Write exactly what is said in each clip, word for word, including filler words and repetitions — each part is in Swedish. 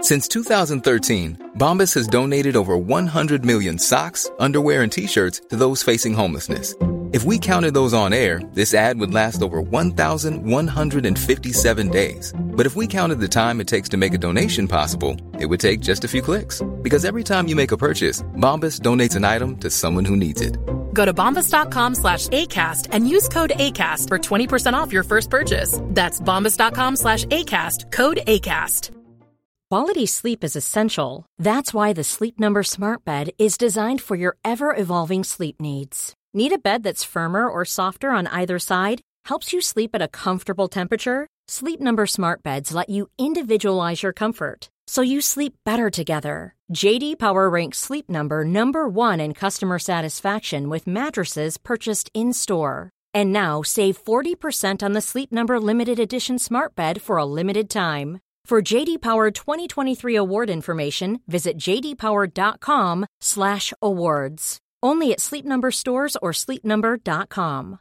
Since two thousand thirteen, Bombas has donated over one hundred million socks, underwear, and T-shirts to those facing homelessness. If we counted those on air, this ad would last over one thousand one hundred fifty-seven days. But if we counted the time it takes to make a donation possible, it would take just a few clicks. Because every time you make a purchase, Bombas donates an item to someone who needs it. Go to bombas.com slash ACAST and use code ACAST for twenty percent off your first purchase. That's bombas.com slash ACAST, code ACAST. Quality sleep is essential. That's why the Sleep Number Smart Bed is designed for your ever-evolving sleep needs. Need a bed that's firmer or softer on either side? Helps you sleep at a comfortable temperature? Sleep Number Smart Beds let you individualize your comfort, so you sleep better together. J D Power ranks Sleep Number number one in customer satisfaction with mattresses purchased in-store. And now save forty percent on the Sleep Number Limited Edition Smart Bed for a limited time. For J D Power twenty twenty-three award information, visit jdpower.com slash awards. Only at Sleep Number stores or sleep number dot com.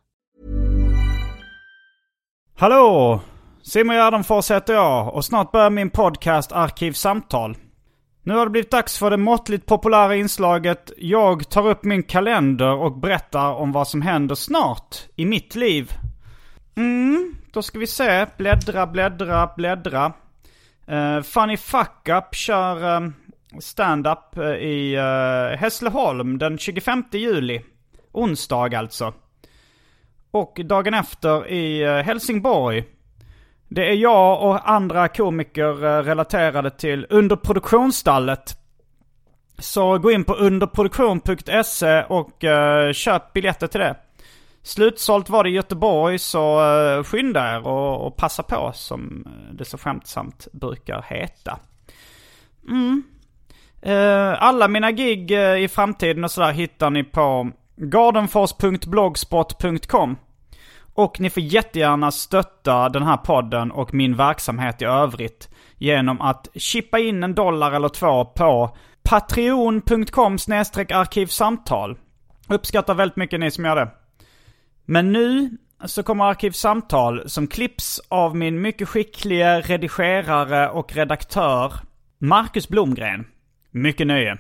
Hallå! Simon Gärdenfors heter jag och snart börjar min podcast Arkivsamtal. Nu har det blivit dags för det måttligt populära inslaget Jag tar upp min kalender och berättar om vad som händer snart i mitt liv. Mm, då ska vi se. Bläddra, bläddra, bläddra. Uh, Funny Fuck Up kör uh, stand-up uh, i uh, Hässleholm den tjugofemte juli. Onsdag alltså. Och dagen efter i uh, Helsingborg. Det är jag och andra komiker uh, relaterade till Underproduktionsstallet. Så gå in på underproduktion punkt se och uh, köp biljetter till det. Slutsålt var det i Göteborg, så uh, skynda er och, och passa på, som det så skämtsamt brukar heta. Mm. Uh, alla mina gig uh, i framtiden och sådär hittar ni på gardenfors punkt blogspot punkt com. Och ni får jättegärna stötta den här podden och min verksamhet i övrigt genom att chippa in en dollar eller två på patreon punkt com slash arkivsamtal. Uppskattar väldigt mycket ni som gör det. Men nu så kommer Arkivsamtal som klipps av min mycket skickliga redigerare och redaktör Marcus Blomgren. Mycket nöje.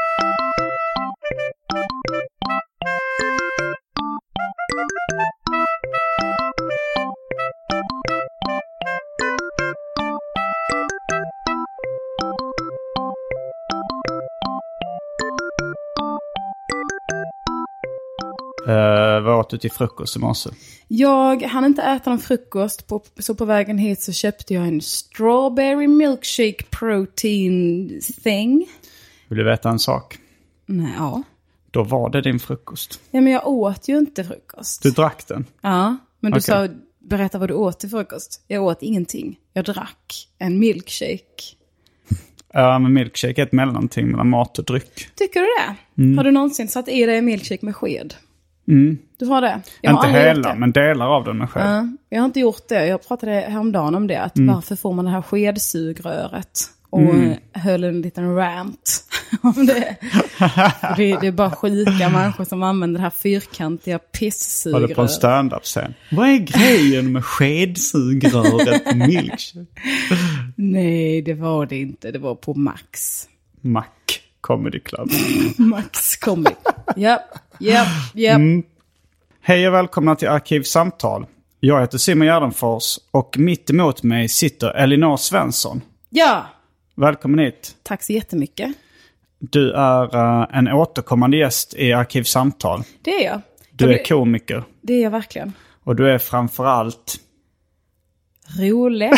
Uh, vad åt du till frukost i morse? Jag hann inte äta någon frukost, på, så på vägen hit så köpte jag en strawberry milkshake protein thing. Vill du veta en sak? Nej, ja. Då var det din frukost. Ja, men jag åt ju inte frukost. Du drack den? Ja, men du okay. sa, berätta vad du åt till frukost. Jag åt ingenting. Jag drack en milkshake. Ja, men milkshake är ett mellanting mellan mat och dryck. Tycker du det? Mm. Har du någonsin satt i dig en milkshake med sked? Mm. Du har det? Jag inte har hela, men delar av den med sked. Ja, jag har inte gjort det. Jag pratade häromdagen om det. Att mm. varför får man det här skedsugröret? Och mm. höll en liten rant om det. det. Det är bara sjuka människor som använder det här fyrkantiga pisssugröret. Var det på en stand-up-scen? Vad är grejen med skedsugröret milkshake? Nej, det var det inte. Det var på Max. Mac Comedy Club. Max Comedy. Japp, japp, japp. Hej och välkomna till Arkivsamtal. Jag heter Simon Gärdenfors och mitt emot mig sitter Elinor Svensson. Ja. Välkommen hit. Tack så jättemycket. Du är uh, en återkommande gäst i Arkivsamtal. Det är jag. Du jag är blir... komiker. Det är jag verkligen. Och du är framförallt... rolig.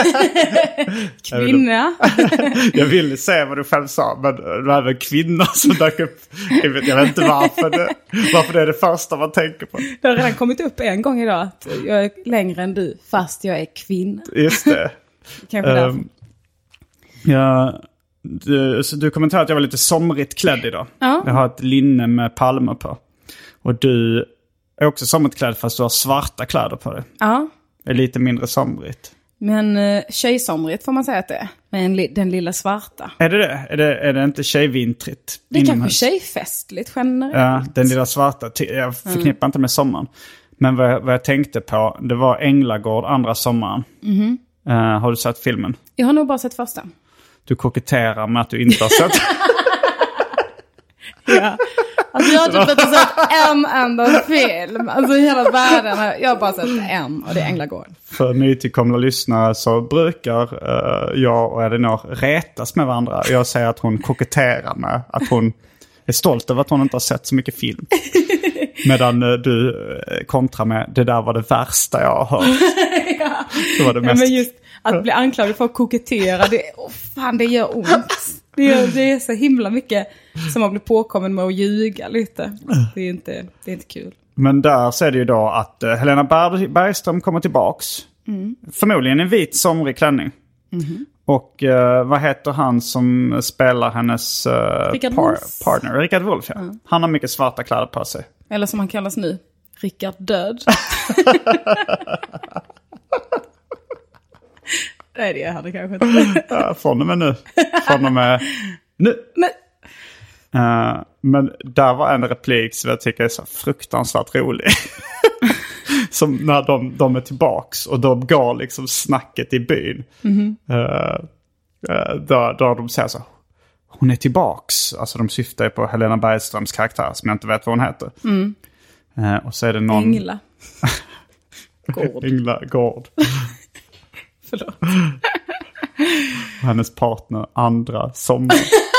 Kvinna. Jag ville se vad du själv sa, men du hade en kvinna som dök upp. Jag vet, jag vet inte varför det, varför det är det första man tänker på. Det har redan kommit upp en gång idag att jag är längre än du, fast jag är kvinna. Just det. Kanske därför. Um, ja, du, så du kommenterade att jag var lite somrigt klädd idag. Ja. Jag har ett linne med palmer på. Och du är också somrigt klädd fast du har svarta kläder på dig. Ja. Är lite mindre somrigt. Men uh, tjejsomrigt får man säga att det är. Men li- den lilla svarta. Är det det? Är det, är det inte tjejvintrigt? Det är kanske tjejfestligt generellt. Ja, den lilla svarta. Jag förknippar mm. inte med sommaren. Men vad jag, vad jag tänkte på, det var Änglagård andra sommaren. Mm-hmm. Uh, har du sett filmen? Jag har nog bara sett första. du koketterar med att du inte har sett. Ja. Alltså jag har typ inte sett en enda film. Alltså i hela världen. Jag har bara sett en och det är Änglagård. För nytillkomna lyssnare så brukar uh, jag och Elinor retas med varandra. Jag säger att hon koketterar med att hon är stolt över att hon inte har sett så mycket film. Medan uh, du uh, kontrar med det där var det värsta jag har hört. Ja. Det var det mest... Ja, men just att bli anklagad för att kokettera, det, oh, fan, det gör ont. Det är, det är så himla mycket som har blivit påkommen med att ljuga lite. Det är inte, det är inte kul. Men där så är det ju då att uh, Helena Berg- Bergström kommer tillbaks. Mm. Förmodligen en vit somrig klänning. Mm. Och uh, vad heter han som spelar hennes uh, par- partner? Rickard Wolff, ja. Mm. Han har mycket svarta kläder på sig. Eller som han kallas nu, Rickard Död. Nej, det hade kanske inte. Ja, från och med nu. Från och med nu. Men, uh, men där var en replik som jag tycker är så fruktansvärt rolig. Som när de, de är tillbaks och de går liksom snacket i byn. Mm-hmm. Uh, uh, där, där de säger så. Hon är tillbaks. Alltså de syftar ju på Helena Bergströms karaktär som jag inte vet vad hon heter. Mm. Uh, och så är det någon... Engla. Gård. Engla Gård. Förlåt. Och hennes partner andra sommar.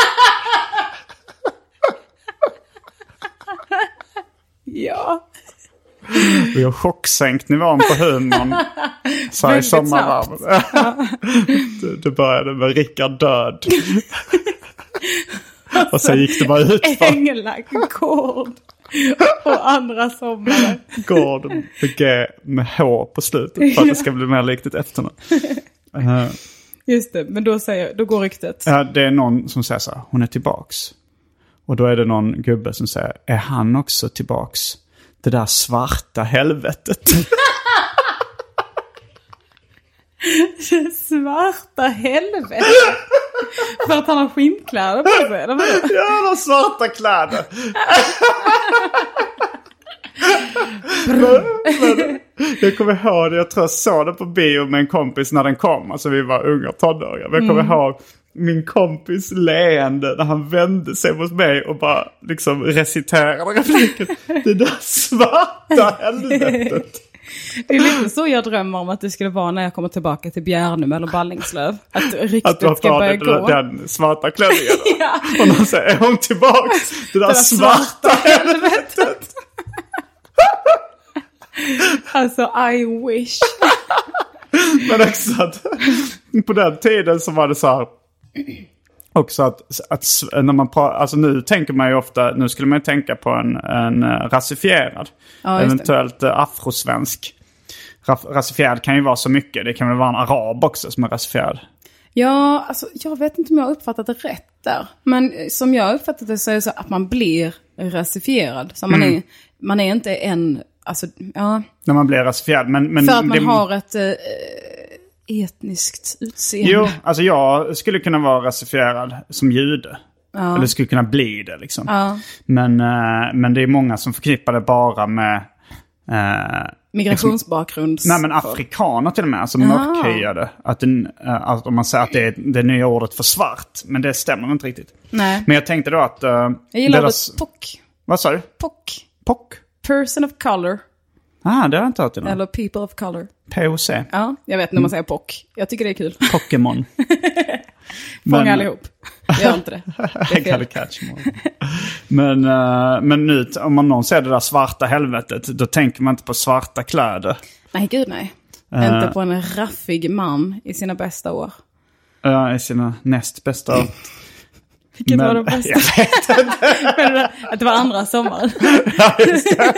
Ja. Vi har chocksänkt nivån på humorn. Så i sommarvarvet. det, det började med Rickard Död. Och så gick det bara ut för Engla Gård och andra sommar. Gård med G med H på slutet för att det ska bli mer likt ett efternamn. Uh, Just det, men då, säger, då går ryktet. Ja, det är någon som säger så här, hon är tillbaks. Och då är det någon gubbe som säger, är han också tillbaks? Det där svarta helvetet. Det svarta helvetet? För att han har skinnkläder på sig, eller vad? Ja, han har svarta kläder. men, men, jag kommer ihåg det, jag tror jag såg det på bio med en kompis när den kom. Alltså vi var unga tonåringar. Men jag kommer mm. ihåg min kompis leende när han vände sig mot mig och bara liksom reciterade repliken. Det där svarta helvetet. Det är lite så jag drömmer om att det skulle vara när jag kommer tillbaka till Bjärnum eller Ballingslöv. Att riktigt att ska börja det, gå. Den svarta klänningen. Ja. Och någon säger, är hon tillbaks? Det där, det där svarta, svarta helvetet. Alltså, I wish. Men också att på den tiden så var det så här också att, att när man pratar, alltså nu tänker man ju ofta, nu skulle man ju tänka på en, en rasifierad, ja, eventuellt afrosvensk. Rasifierad kan ju vara så mycket, det kan väl vara en arab också som är rasifierad. Ja, alltså jag vet inte om jag har uppfattat det rätt där. Men som jag har uppfattat det så är det så att man blir rasifierad. Så man, mm. är, man är inte en, alltså, ja. När man blir rasifierad. Men, men för att man det, har ett äh, etniskt utseende. Jo, alltså jag skulle kunna vara rasifierad som jude. Ja. Eller skulle kunna bli det liksom. Ja. Men, äh, men det är många som förknippar det bara med... Äh, migrationsbakgrund. Liksom, nej men afrikaner till och med, alltså mörkhyade. Att, den, att om man säger att det är det nya ordet för svart. Men det stämmer inte riktigt. Nej. Men jag tänkte då att... Uh, jag gillar deras... ordet P O C. Vad sa du? P O C. P O C? Person of color. Ah, det har jag inte hört innan. Eller people of color. P O C. Ja, jag vet när man säger P O C. Jag tycker det är kul. Pokémon. Fånga men... allihop. Gör inte det. Det är catch men, uh, men nu, om man någon ser det där svarta helvetet, då tänker man inte på svarta kläder. Nej, gud nej. Uh, inte på en raffig man i sina bästa år. Ja, uh, i sina näst bästa år. Vilket men, var det bästa? Jag vet inte. Men att det var andra sommaren. Ja, just det.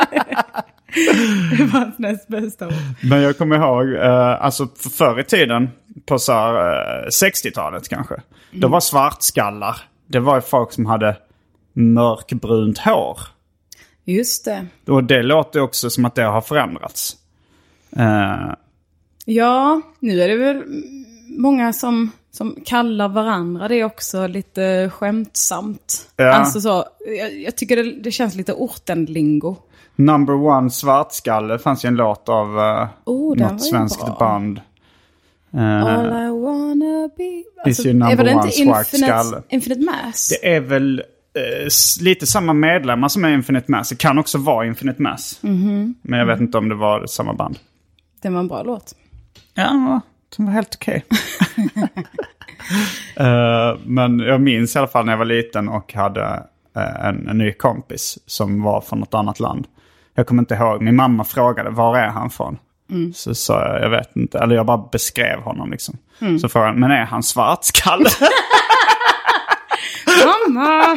Det var hans näst bästa år. Men jag kommer ihåg, uh, alltså för förr i tiden, på så här, uh, sextiotalet kanske. Mm. Då var svartskallar. Det var ju folk som hade mörkbrunt hår. Just det. Och det låter också som att det har förändrats. Uh, ja, nu är det väl många som, som kallar varandra. Det är också lite skämtsamt. Ja. Alltså så, jag, jag tycker det, det känns lite ortenlingo. Number One Svartskalle fanns ju en låt av uh, oh, något svenskt band. Uh, All I wanna be... Alltså, is your number är det one inte swag Infinite, skalle. Infinite Mass? Det är väl uh, lite samma medlemmar som är Infinite Mass. Det kan också vara Infinite Mass. Mm-hmm. Men jag vet inte om det var samma band. Det var en bra låt. Ja, den var helt okej. Okay. uh, men jag minns i alla fall när jag var liten och hade uh, en, en ny kompis som var från något annat land. Jag kommer inte ihåg. Min mamma frågade, var är han från? Mm. Så sa jag, jag vet inte. Eller jag bara beskrev honom liksom. Mm. Så frågade han, men är han svartskalle? Mamma!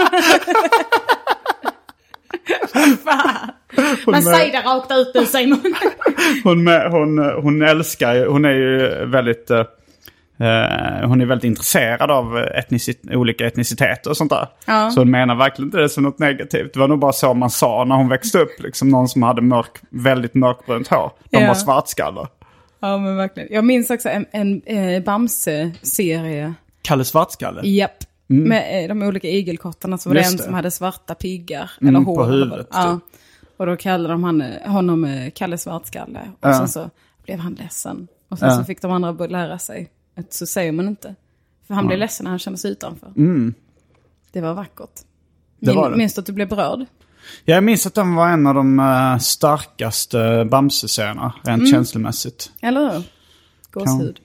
Fan. Man säger det rakt ut nu, Simon. hon, med, hon, hon älskar ju, hon är ju väldigt... Uh, Uh, hon är väldigt intresserad av etnicit- olika etniciteter och sånt där. Ja. Så hon menar verkligen inte det som något negativt. Det var nog bara så man sa när hon växte upp. Liksom någon som hade mörk, väldigt mörkbrunt hår. De ja. var svartskallar. Ja, men verkligen. Jag minns också en, en, en Bamse-serie. Kalle Svartskalle? Japp. Mm. Med eh, de olika igelkottarna så var Just det en det. som hade svarta piggar. Mm, eller hår. På huvudet. Ja. Och då kallade de han, honom Kalle Svartskalle. Och ja. sen så blev han ledsen. Och sen ja. så fick de andra att lära sig. Så säger man inte. För han ja. blev ledsen när han kände sig utanför. Mm. Det var vackert. Det var det. Minns du att du blev berörd? Jag minns att den var en av de uh, starkaste Bamse-scenerna. Rent mm. känslomässigt. Eller hur? Gåshud.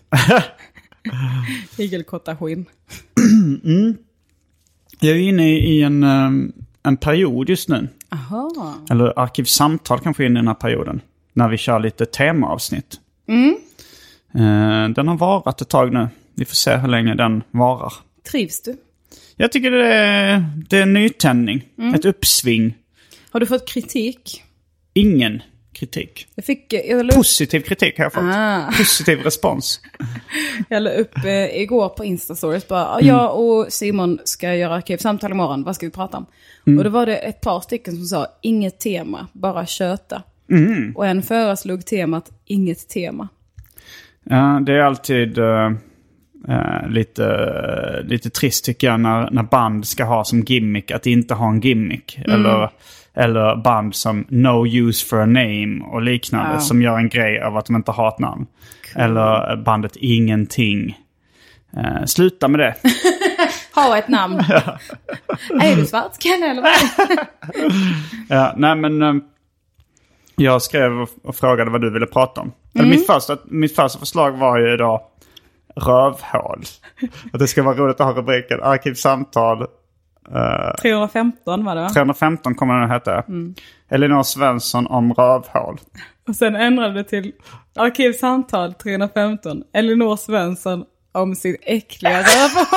Igelkottaskinn. mm. Jag är inne i en, um, en period just nu. Aha. Eller Arkivsamtal kanske in i den här perioden. När vi kör lite temaavsnitt. Mm. Den har varat ett tag nu. Vi får se hur länge den varar. Trivs du? Jag tycker det är, det är en nytändning. Mm. Ett uppsving. Har du fått kritik? Ingen kritik. Jag fick, jag Positiv kritik har jag fått. Ah. Positiv respons. Jag la upp eh, igår på Insta-stories. Bara, mm. Jag och Simon ska göra arkivsamtal imorgon. Vad ska vi prata om? Mm. Och då var det ett par stycken som sa inget tema, bara köta. Mm. Och en föreslog temat inget tema. Ja, det är alltid uh, uh, lite, uh, lite trist tycker jag när, när band ska ha som gimmick att inte ha en gimmick. Mm. Eller, eller band som no use for a name och liknande ja. som gör en grej av att de inte har ett namn. Cool. Eller bandet ingenting. Uh, sluta med det. Ha ett namn. Ja. Är du svartskalle eller vad? Ja, nej men... Uh, Jag skrev och frågade vad du ville prata om. Mm. Mitt, första, mitt första förslag var ju då rövhål. Att det ska vara roligt att ha rubriken Arkivsamtal. Uh, trehundrafemton var det va? trehundrafemton kommer den att heta. Mm. Elinor Svensson om rövhål. Och sen ändrade det till Arkivsamtal trehundrafemton. Elinor Svensson om sitt äckliga rövhål.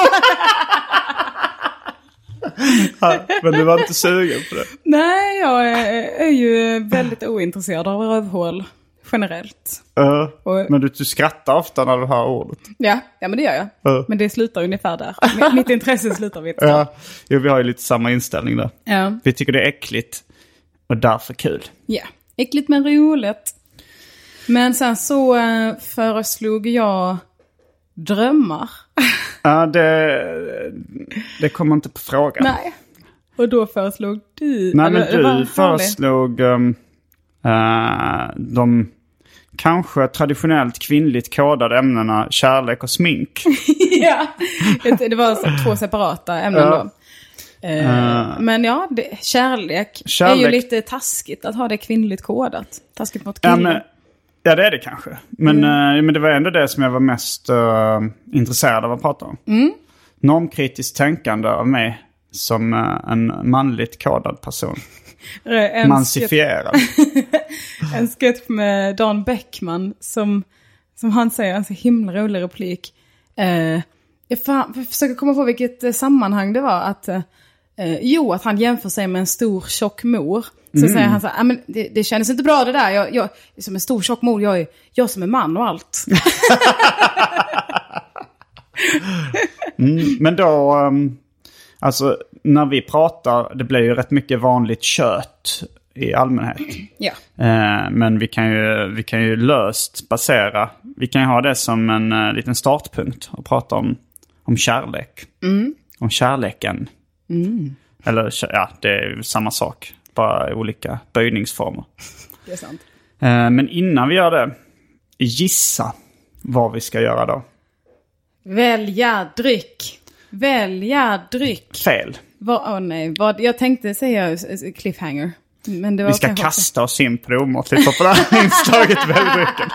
Ja, men du var inte sugen på det? Nej, jag är, är ju väldigt ointresserad av rövhål generellt. Uh, och, men du, du skrattar ofta när du hör ordet. Ja, ja men det gör jag. Uh. Men det slutar ungefär där. Mitt, mitt intresse slutar vid. Ja, jo, vi har ju lite samma inställning där. Ja. Vi tycker det är äckligt och därför kul. Ja, äckligt men roligt. Men sen så äh, föreslog jag drömmar. Ja, det, det kommer inte på frågan. Nej. Och då föreslog du... Nej, eller, men du föreslog um, uh, de kanske traditionellt kvinnligt kodade ämnena kärlek och smink. Ja, det var så, två separata ämnen ja. då. Uh, uh, men ja, det, kärlek, kärlek är ju lite taskigt att ha det kvinnligt kodat. Taskigt mot kvinnor. Ja, men, ja, det är det kanske. Men, mm. uh, men det var ändå det som jag var mest uh, intresserad av att prata om. Mm. Normkritiskt tänkande av mig som uh, en manligt kodad person. En mansifierad. En sketch med Dan Bäckman som, som han säger en så himla rolig replik. Uh, jag, fan, jag försöker komma på vilket uh, sammanhang det var. Att, uh, uh, jo, att han jämför sig med en stor tjock mor. Så mm. säger han så här, ah, men det, det känns inte bra det där. Jag, jag som en stor tjock mor, jag är jag som är man och allt. mm, men då, um, alltså när vi pratar, det blir ju rätt mycket vanligt kött i allmänhet. Ja. Uh, men vi kan, ju, vi kan ju löst basera, vi kan ju ha det som en uh, liten startpunkt och prata om, om kärlek. Mm. Om kärleken. Mm. Eller ja, det är samma sak. Bara olika böjningsformer. Det är sant. Uh, men innan vi gör det, gissa vad vi ska göra då. Välja dryck. Välja dryck. Fel. Vad, åh nej, vad, jag tänkte säga cliffhanger. Men det var vi ska kanske kasta oss in på det omåttligt populära inslaget Välj drycken.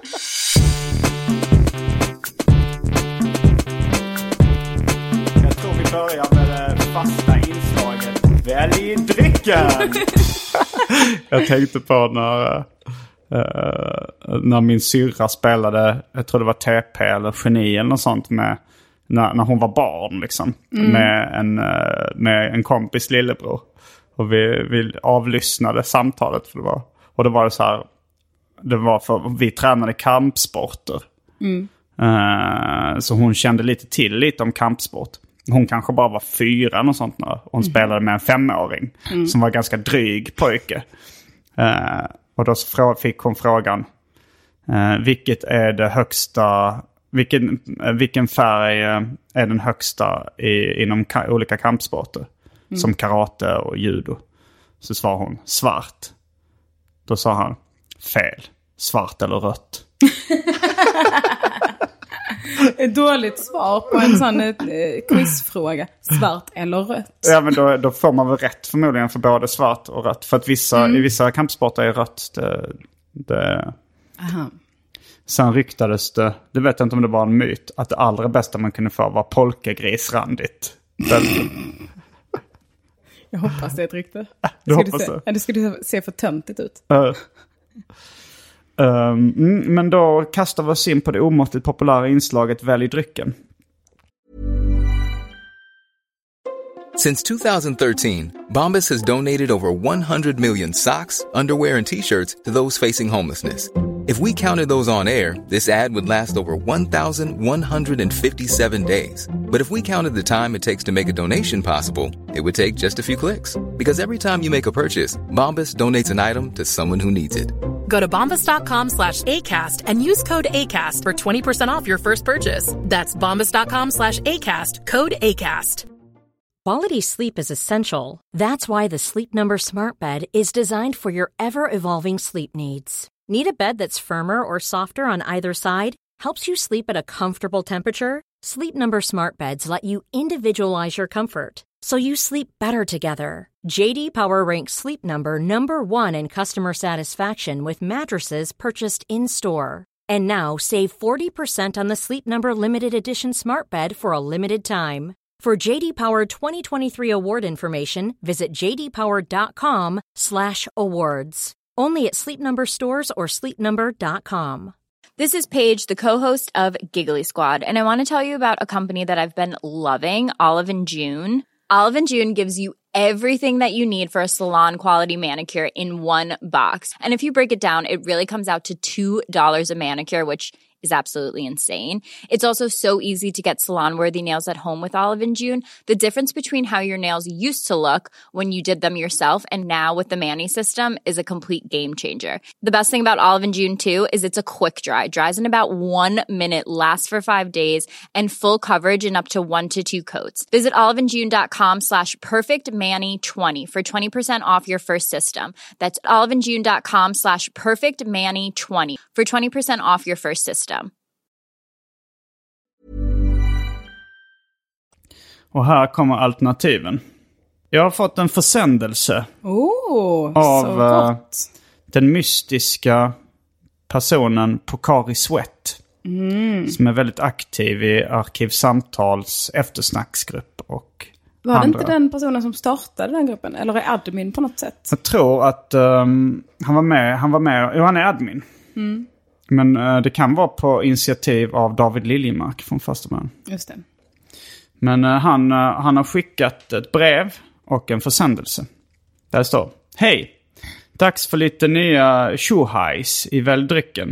Jag tror vi börjar med det fasta inslaget Välj drycken. Jag tänkte på när, uh, när min syrra spelade, jag tror det var T P eller Geni eller något sånt med, när, när hon var barn liksom. Mm. Med, en, uh, med en kompis lillebror. Och vi, vi avlyssnade samtalet för det var, och det var det så här, det var för vi tränade kampsporter. Mm. Uh, så hon kände lite till lite om kampsport. Hon kanske bara var fyra och sånt när hon mm. spelade med en femåring mm. som var ganska dryg pojke. Uh, och då så fick hon frågan, uh, vilket är det högsta, vilken, uh, vilken färg uh, är den högsta i, inom ka- olika kampsporter? Mm. Som karate och judo. Så svarade hon svart. Då sa han fel. Svart eller rött. Ett dåligt svar på en sån eh, quizfråga. Svart eller rött. Ja, men då, då får man väl rätt förmodligen för både svart och rött. För att vissa, mm. i vissa kampsporter är rött. Det, det... Aha. Sen ryktades det, det vet jag inte om det var en myt, att det allra bästa man kunde få var polkagrisrandigt. Jag hoppas det är ett rykte. Du hoppas se, det? Det skulle se för töntigt ut. Uh, um, men då kastar vi oss in på det omåttligt populära inslaget Välj drycken. Since two thousand thirteen, Bombas has donated over one hundred million socks, underwear, and T-shirts to those facing homelessness. If we counted those on air, this ad would last over one thousand one hundred fifty-seven days. But if we counted the time it takes to make a donation possible, it would take just a few clicks. Because every time you make a purchase, Bombas donates an item to someone who needs it. Go to bombas.com slash ACAST and use code ACAST for twenty percent off your first purchase. That's bombas.com slash ACAST, code ACAST. Quality sleep is essential. That's why the Sleep Number Smart Bed is designed for your ever-evolving sleep needs. Need a bed that's firmer or softer on either side? Helps you sleep at a comfortable temperature? Sleep Number Smart Beds let you individualize your comfort, so you sleep better together. J D Power ranks Sleep Number number one in customer satisfaction with mattresses purchased in-store. And now save forty percent on the Sleep Number Limited Edition Smart Bed for a limited time. For J D Power twenty twenty-three award information, visit jdpower.com slash awards. Only at Sleep Number stores or sleep number dot com. This is Paige, the co-host of Giggly Squad, and I want to tell you about a company that I've been loving, Olive and June. Olive and June gives you everything that you need for a salon-quality manicure in one box. And if you break it down, it really comes out to two dollars a manicure, which is absolutely insane. It's also so easy to get salon-worthy nails at home with Olive and June. The difference between how your nails used to look when you did them yourself and now with the Mani system is a complete game changer. The best thing about Olive and June, too, is it's a quick dry. Dries in about one minute, lasts for five days, and full coverage in up to one to two coats. Visit oliveandjune.com slash perfectmani20 for twenty percent off your first system. That's oliveandjune.com slash perfectmani20 for twenty percent off your first system. Och här kommer alternativen. Jag har fått en försändelse oh, av så gott. Den mystiska personen Pocari Sweat. Mm. Som är väldigt aktiv i Arkivsamtals eftersnacksgrupp. Och var det andra. Inte den personen som startade den gruppen? Eller är admin på något sätt? Jag tror att um, han var med. Han var med. Jo, han är admin. Mm. Men uh, det kan vara på initiativ av David Liljemark från Första Man. Just det. Men uh, han, uh, han har skickat ett brev och en försändelse. Där står: hej! Dags för lite nya tjohajs i väldrycken.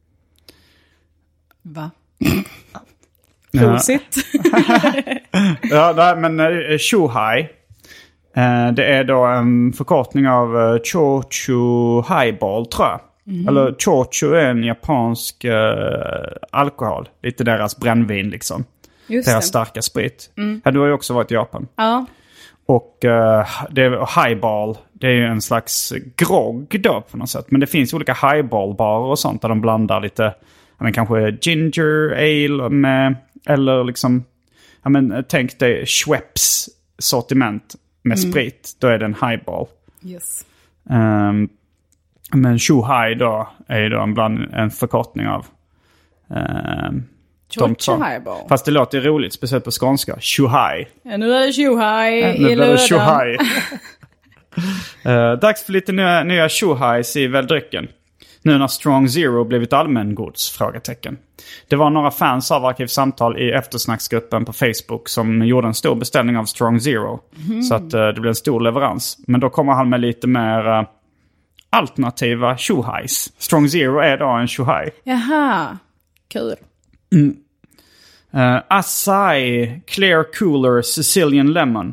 Va? Prosit. Ja, nej, men uh, tjohaj. Uh, det är då en förkortning av uh, Chochu Highball, tror jag. Mm. Eller Chochu är en japansk uh, alkohol. Lite deras brännvin liksom. Just deras det. starka sprit. Mm. Ja, du har ju också varit i Japan. Ja. Och uh, det är highball. Det är ju en slags grogg då på något sätt. Men det finns olika highballbarer och sånt där de blandar lite men kanske ginger ale med, eller liksom, ja, men tänk dig Schweppes sortiment med mm. sprit. Då är det en highball. Yes. Um, men Shuhai då är då en, bland, en förkortning av um, de två. Fast det låter roligt, speciellt på skånska. Shuhai. Ja, nu är det Shuhai ja, i lördagen. Shuhai. uh, dags för lite nya, nya Shuhais i väldrycken. Nu när Strong Zero blivit allmängods? Frågetecken. Det var några fans av Arkivsamtal i eftersnacksgruppen på Facebook som gjorde en stor beställning av Strong Zero. Mm. Så att uh, det blev en stor leverans. Men då kommer han med lite mer uh, alternativa Shuhais. Strong Zero är då en Shuhai. Jaha, kul. Mm. Uh, Asahi Clear Cooler Sicilian Lemon.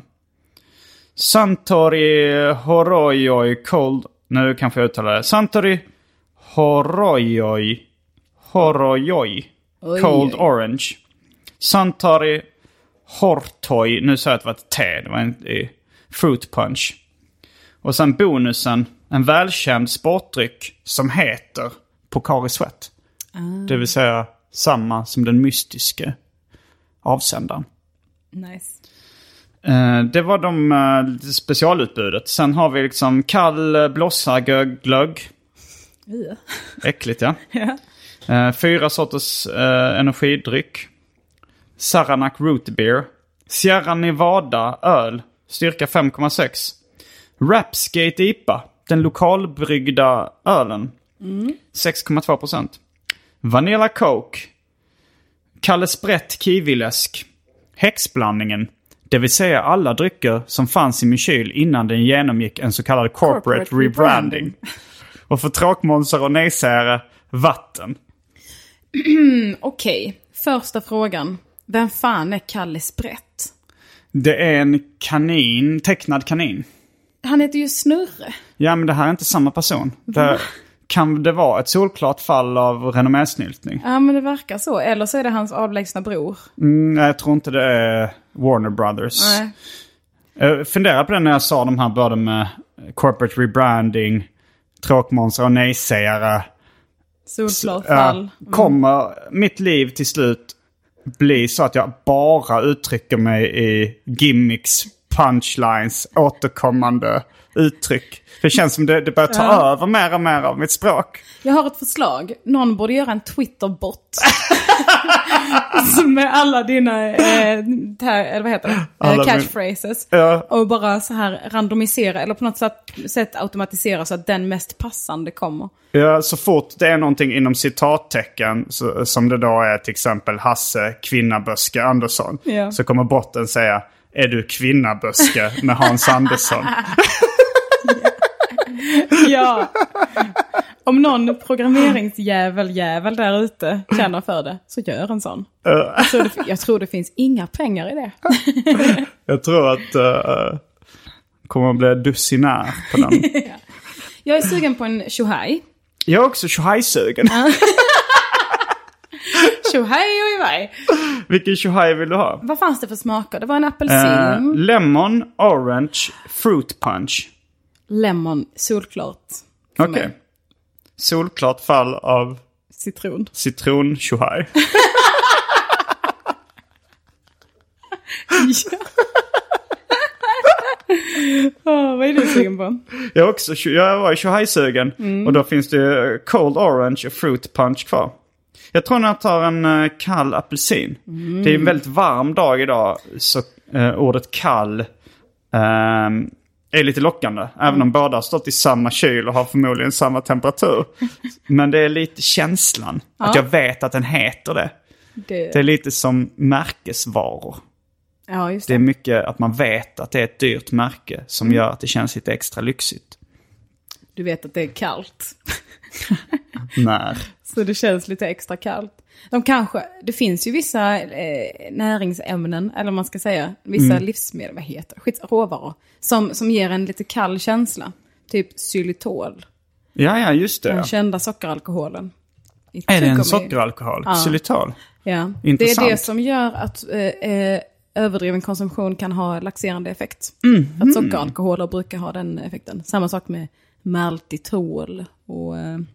Suntory Horoyoi Cold... Nu kanske jag uttalar det. Suntory Horoyoi Horoyoi Cold oj. Orange. Suntory Hortoi. Nu sa jag att det var ett te. Det var en eh, fruit punch. Och sen bonusen. En välkänd sportdryck som heter Pocari Sweat. Ah. Det vill säga samma som den mystiska avsändaren. Nice. Uh, det var de uh, specialutbudet. Sen har vi liksom kall blossarglögg. Yeah. Äckligt, ja. Yeah. Uh, fyra sorters uh, energidryck. Saranac Root Beer. Sierra Nevada öl. Styrka fem komma sex. Rapsgate I P A. Den lokalbryggda ölen. Mm. sex komma två procent. Vanilla Coke. Kalle Sprätt Kiwiläsk. Häxblandningen. Det vill säga alla drycker som fanns i min kyl innan den genomgick en så kallad corporate, corporate rebranding. rebranding. Och för tråkmånsar och nejsägare, vatten. Okej, okay. Första frågan. Vem fan är Kalle Sprätt? Det är en kanin, tecknad kanin. Han heter ju Snurre. Ja, men det här är inte samma person. Det, kan det vara ett solklart fall av renommésnyltning? Ja, men det verkar så. Eller så är det hans avlägsna bror. Mm, jag tror inte det är Warner Brothers. Nej. Jag funderade på det när jag sa de här både med corporate rebranding, tråkmånsar och nejsägare. Solklart fall. Mm. Kommer mitt liv till slut bli så att jag bara uttrycker mig i gimmicks, punchlines, återkommande uttryck? Det känns som det, det börjar ta ja. över mer och mer av mitt språk. Jag har ett förslag. Någon borde göra en Twitter-bot. Med alla dina eh, här, eller vad heter det? Eh, catchphrases. Min... Ja. Och bara så här randomisera eller på något sätt, sätt automatisera så att den mest passande kommer. Ja, så fort det är någonting inom citattecken så, som det då är till exempel Hasse Kvinnaböske Andersson. Ja. Så kommer botten säga: är du kvinnaböske med Hans Andersson? Ja. Om någon programmeringsjävel jävel där ute känner för det, så gör en sån. Uh. Jag, tror det, jag tror det finns inga pengar i det. Jag tror att uh, kommer att bli dussinär på den. Ja. Jag är sugen på en Shuhai. Jag är också Shuhai-sugen. Shuhai och ivaj. Vilken Shuhai vill du ha? Vad fanns det för smaker? Det var en apelsin. Uh, lemon, orange, fruit punch. Lemon, solklart. Okej. Okay. Solklart fall av citron. Citron Shuhai. Ja. Oh, vad är du sugen på? Jag, också, jag var Shuhai-sugen. Mm. Och då finns det cold orange och fruit punch kvar. Jag tror att jag tar en uh, kall apelsin. Mm. Det är en väldigt varm dag idag. Så uh, ordet kall uh, är lite lockande. Mm. Även om båda har stått i samma kyl och har förmodligen samma temperatur. Men det är lite känslan. Ja. Att jag vet att den heter det. det. Det är lite som märkesvaror. Ja, just det. Det är mycket att man vet att det är ett dyrt märke som mm. gör att det känns lite extra lyxigt. Du vet att det är kallt. Nej. Så det känns lite extra kallt. De kanske, det finns ju vissa eh, näringsämnen, eller man ska säga, vissa mm. livsmedel, vad heter skits, råvaror, som, som ger en lite kall känsla. Typ xylitol. Ja, ja, just det. Den ja. kända sockeralkoholen. Är det en sockeralkohol? Ja. Xylitol? Ja, intressant. Det är det som gör att eh, eh, överdriven konsumtion kan ha laxerande effekt. Mm. Att sockeralkoholer brukar ha den effekten. Samma sak med maltitol och... Eh,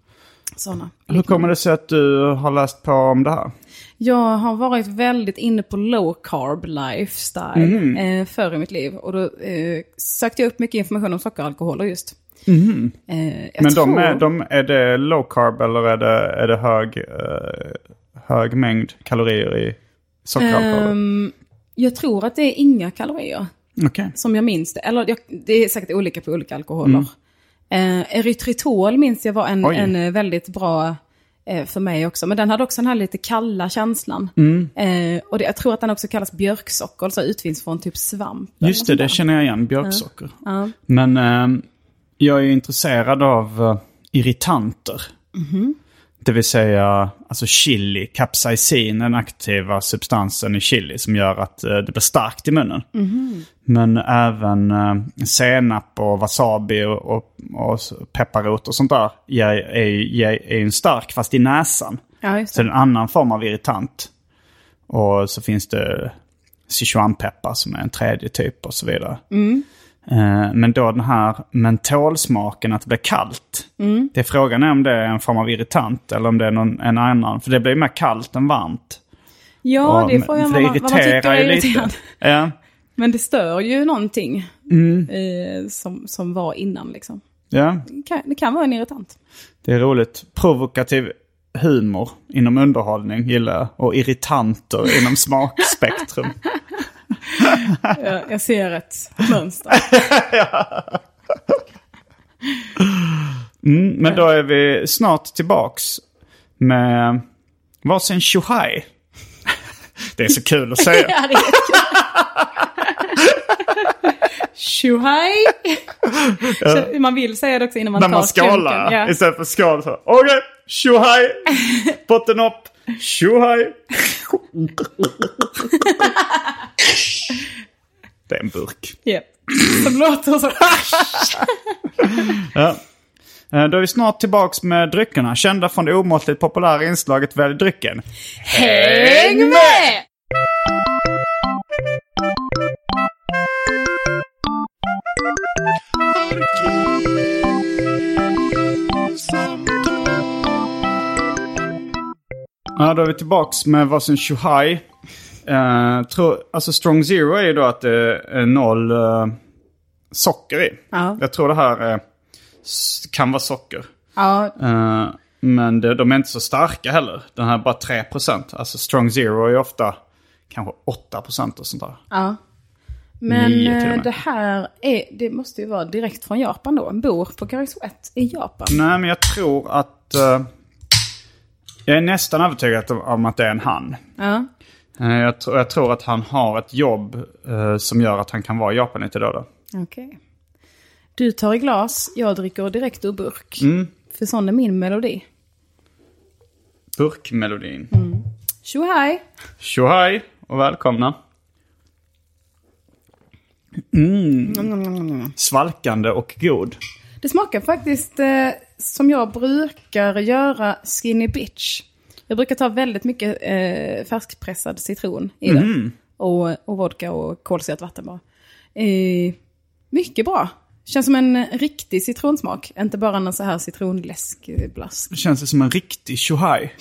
sådana. Hur kommer det sig att du har läst på om det här? Jag har varit väldigt inne på low carb lifestyle mm. eh, förr i mitt liv. Och då eh, sökte jag upp mycket information om sockeralkoholer just. Mm. Eh, Men tror... de är, de, är det low carb eller är det, är det hög, eh, hög mängd kalorier i sockeralkoholer? Um, jag tror att det är inga kalorier. Okay. Som jag minns det. Eller jag, det är säkert olika på olika alkoholer. Mm. Eh, erythritol minns jag var en, en väldigt bra eh, för mig också. Men den hade också den här lite kalla känslan. Mm. Eh, och det, jag tror att den också kallas björksocker. Alltså utvinns från typ svamp. Just det, det känner jag igen. Björksocker. Ja. Ja. Men eh, jag är intresserad av uh, irritanter. Mm-hmm. Det vill säga alltså chili, capsaicin, den aktiva substansen i chili som gör att uh, det blir starkt i munnen. Mm-hmm. Men även uh, senap och wasabi och, och, och pepparrot och sånt där är, är, är, är en stark fast i näsan. Ja, just det. Så det är en annan form av irritant. Och så finns det Sichuanpeppar som är en tredje typ och så vidare. Mm. Men då den här mentolsmaken att det blir kallt. Mm. Det är frågan är om det är en form av irritant eller om det är någon, en annan. För det blir mer kallt än varmt. Ja, och, det får jag vad, vad man tycker är irriterande. Ja. Men det stör ju någonting mm. eh, som, som var innan liksom. Ja. Det kan, det kan vara en irritant. Det är roligt. Provokativ humor inom underhållning gillar jag. Och irritanter inom smakspektrum. jag, jag ser ett mönster. ja. mm, men då är vi snart tillbaks med varsin tjohaj. Det är så kul att säga. ja, det är kul. Tjohaj. Ja. Man vill säga det också innan man När tar man skålar ja. istället för skål så. Okej, okay. Tjohaj. Botten upp. Tjohaj. Det är en burk. Yep. Som låter så. ja. Då är vi snart tillbaks med dryckerna. Kända från det omåttligt populära inslaget Välj drycken. Häng med! Ja, då är vi tillbaks med varsin tjohaj. Uh, tror, alltså Strong Zero är ju då att det är noll uh, socker i. Ja. Jag tror det här uh, kan vara socker. Ja. Uh, men det, de är inte så starka heller. Den här är bara tre procent. Alltså Strong Zero är ofta kanske åtta procent och sånt där. Ja. Men det här är, det måste ju vara direkt från Japan då. En bor på Kari Sweat i Japan. Nej, men jag tror att... Uh, jag är nästan övertygad om att det är en han. Ja. Jag, tr- jag tror att han har ett jobb eh, som gör att han kan vara i Japan lite då. då. Okej. Okay. Du tar i glas, jag dricker direkt ur burk. Mm. För sån är min melodi. Burkmelodin. Mm. Tjohaj! Tjohaj och välkomna. Mm. Mm. Svalkande och god. Det smakar faktiskt eh, som jag brukar göra Skinny Bitch. Jag brukar ta väldigt mycket eh, färskpressad citron i det. Mm. Och, och vodka och kolsyrat vatten bara. Eh, mycket bra. Känns som en riktig citronsmak. Inte bara en så här citronläskblask. Det känns som en riktig tjohaj.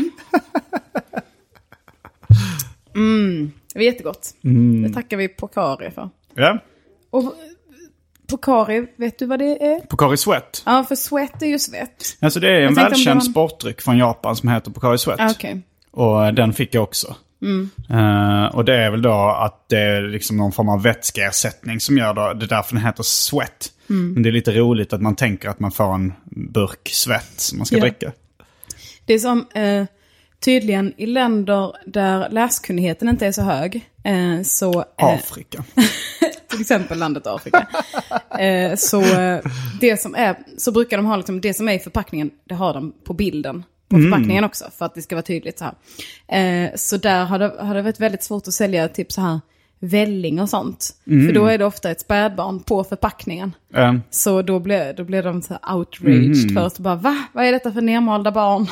mm, det var jättegott. Mm. Det tackar vi Pocari för. Ja. Och Pocari, vet du vad det är? Pocari Sweat. Ja, för Sweat är ju svett. Alltså det är en välkänd man... sportdryck från Japan som heter Pocari Sweat. Ah, okay. Och den fick jag också. Mm. Uh, och det är väl då att det är liksom någon form av vätskeersättning som gör då, det är därför den heter Sweat. Mm. Men det är lite roligt att man tänker att man får en burk svett som man ska yeah. dricka. Det är som uh, tydligen i länder där läskunnigheten inte är så hög. Uh, så, uh, Afrika. till exempel landet Afrika. uh, så, uh, det som är, så brukar de ha liksom, det som är i förpackningen, det har de på bilden. På mm. förpackningen också, för att det ska vara tydligt så här. Eh, så där har det, har det varit väldigt svårt att sälja typ så här välling och sånt. Mm. För då är det ofta ett spädbarn på förpackningen. Mm. Så då blev, då blev de så här outraged mm. först. Och bara, va? Vad är detta för nermalda barn?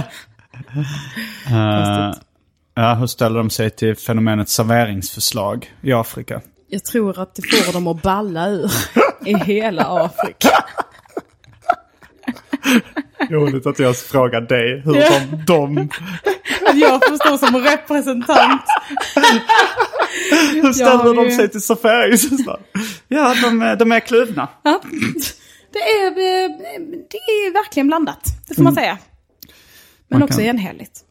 uh, ja, hur ställer de sig till fenomenet serveringsförslag i Afrika? Jag tror att det får dem att balla ur i hela Afrika. Roligt att jag frågar dig hur ja. de... de... Att jag förstår som representant. Hur ställer de ju... sig till Safaris? Ja, de, de är kluvna. Ja. Det är, det är verkligen blandat, det får man mm. säga. Men man också kan... enhälligt.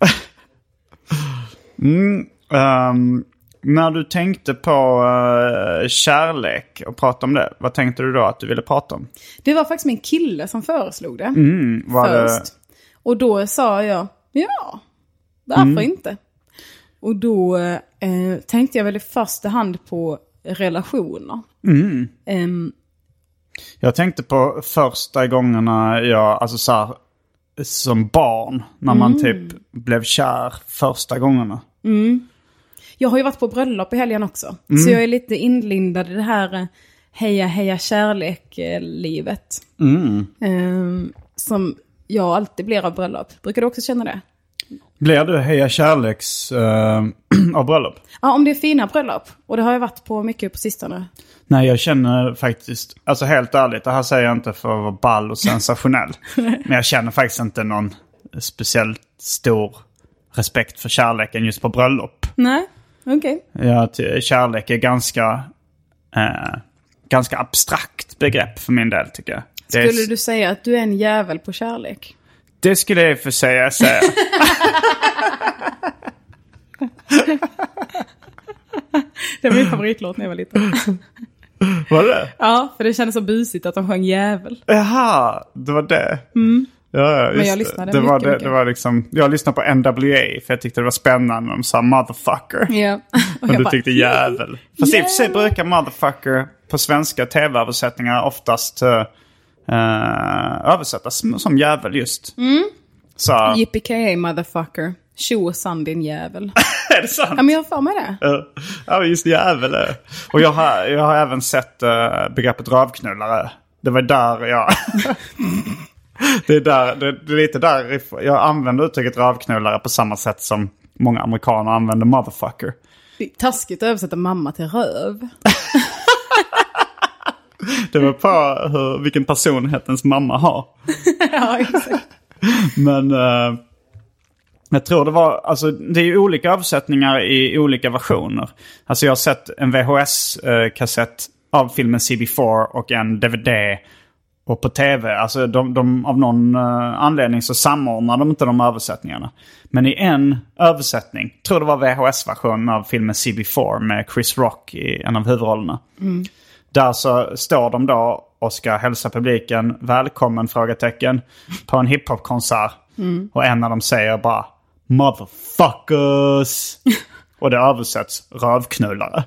mm, um, när du tänkte på uh, kärlek och prata om det, vad tänkte du då att du ville prata om? Det var faktiskt min kille som föreslog det mm, var först. Det... Och då sa jag, ja, varför mm. inte? Och då eh, tänkte jag väl i första hand på relationer. Mm. Um, jag tänkte på första gångerna jag, alltså så här, som barn, när man mm. typ blev kär första gångerna. Mm. Jag har ju varit på bröllop i helgen också. Mm. Så jag är lite inlindad i det här heja heja kärlek-livet. Mm. Um, som jag alltid blir av bröllop. Brukar du också känna det? Blir du heja kärleks uh, av bröllop? Ja, om det är fina bröllop. Och det har jag varit på mycket på sistone. Nej, jag känner faktiskt, alltså helt ärligt, det här säger jag inte för att vara ball och sensationell. Men jag känner faktiskt inte någon speciellt stor respekt för kärleken just på bröllop. Nej, okej. Okay. Ja, kärlek är ganska, eh, ganska abstrakt begrepp för min del, tycker jag. Skulle är... du säga att du är en jävel på kärlek? Det skulle jag för säga säga. Det var min favoritlåt när jag var liten. Var det? Ja, för det kändes så busigt att de sjöng jävel. Jaha, det var det. Mm. Ja, just men jag lyssnade det. Det mycket, var det, mycket. Det var liksom, jag lyssnade på N W A för jag tyckte det var spännande. De sa motherfucker. Ja. Och, och du bara, tyckte jävel. Fast i och för sig brukar motherfucker på svenska tv-översättningar oftast uh, översättas som jävel just. Mm. Så. Yippee motherfucker. Tjo och sand din jävel. Är det sant? Ja, men jag har för mig det. Ja, just jävel. Och jag har, jag har även sett uh, begreppet rövknullare. Det var där jag... det, är där, det, det är lite där jag använder uttrycket rövknullare på samma sätt som många amerikaner använder motherfucker. Det är taskigt att översätta mamma till röv. Det var på hur, vilken personlighet ens mamma har. Ja, exakt. Men... Uh, jag tror det var, alltså det är ju olika översättningar i olika versioner. Alltså jag har sett en V H S-kassett av filmen C B fyra och en D V D och på tv. Alltså de, de, av någon uh, anledning så samordnar de inte de översättningarna. Men i en översättning, tror det var V H S-versionen av filmen C B fyra med Chris Rock i en av huvudrollerna. Mm. Där så står de då och ska hälsa publiken välkommen frågetecken på en hiphop-konsert. Mm. Och en av dem säger bara motherfuckers. Och det översätts rövknullare.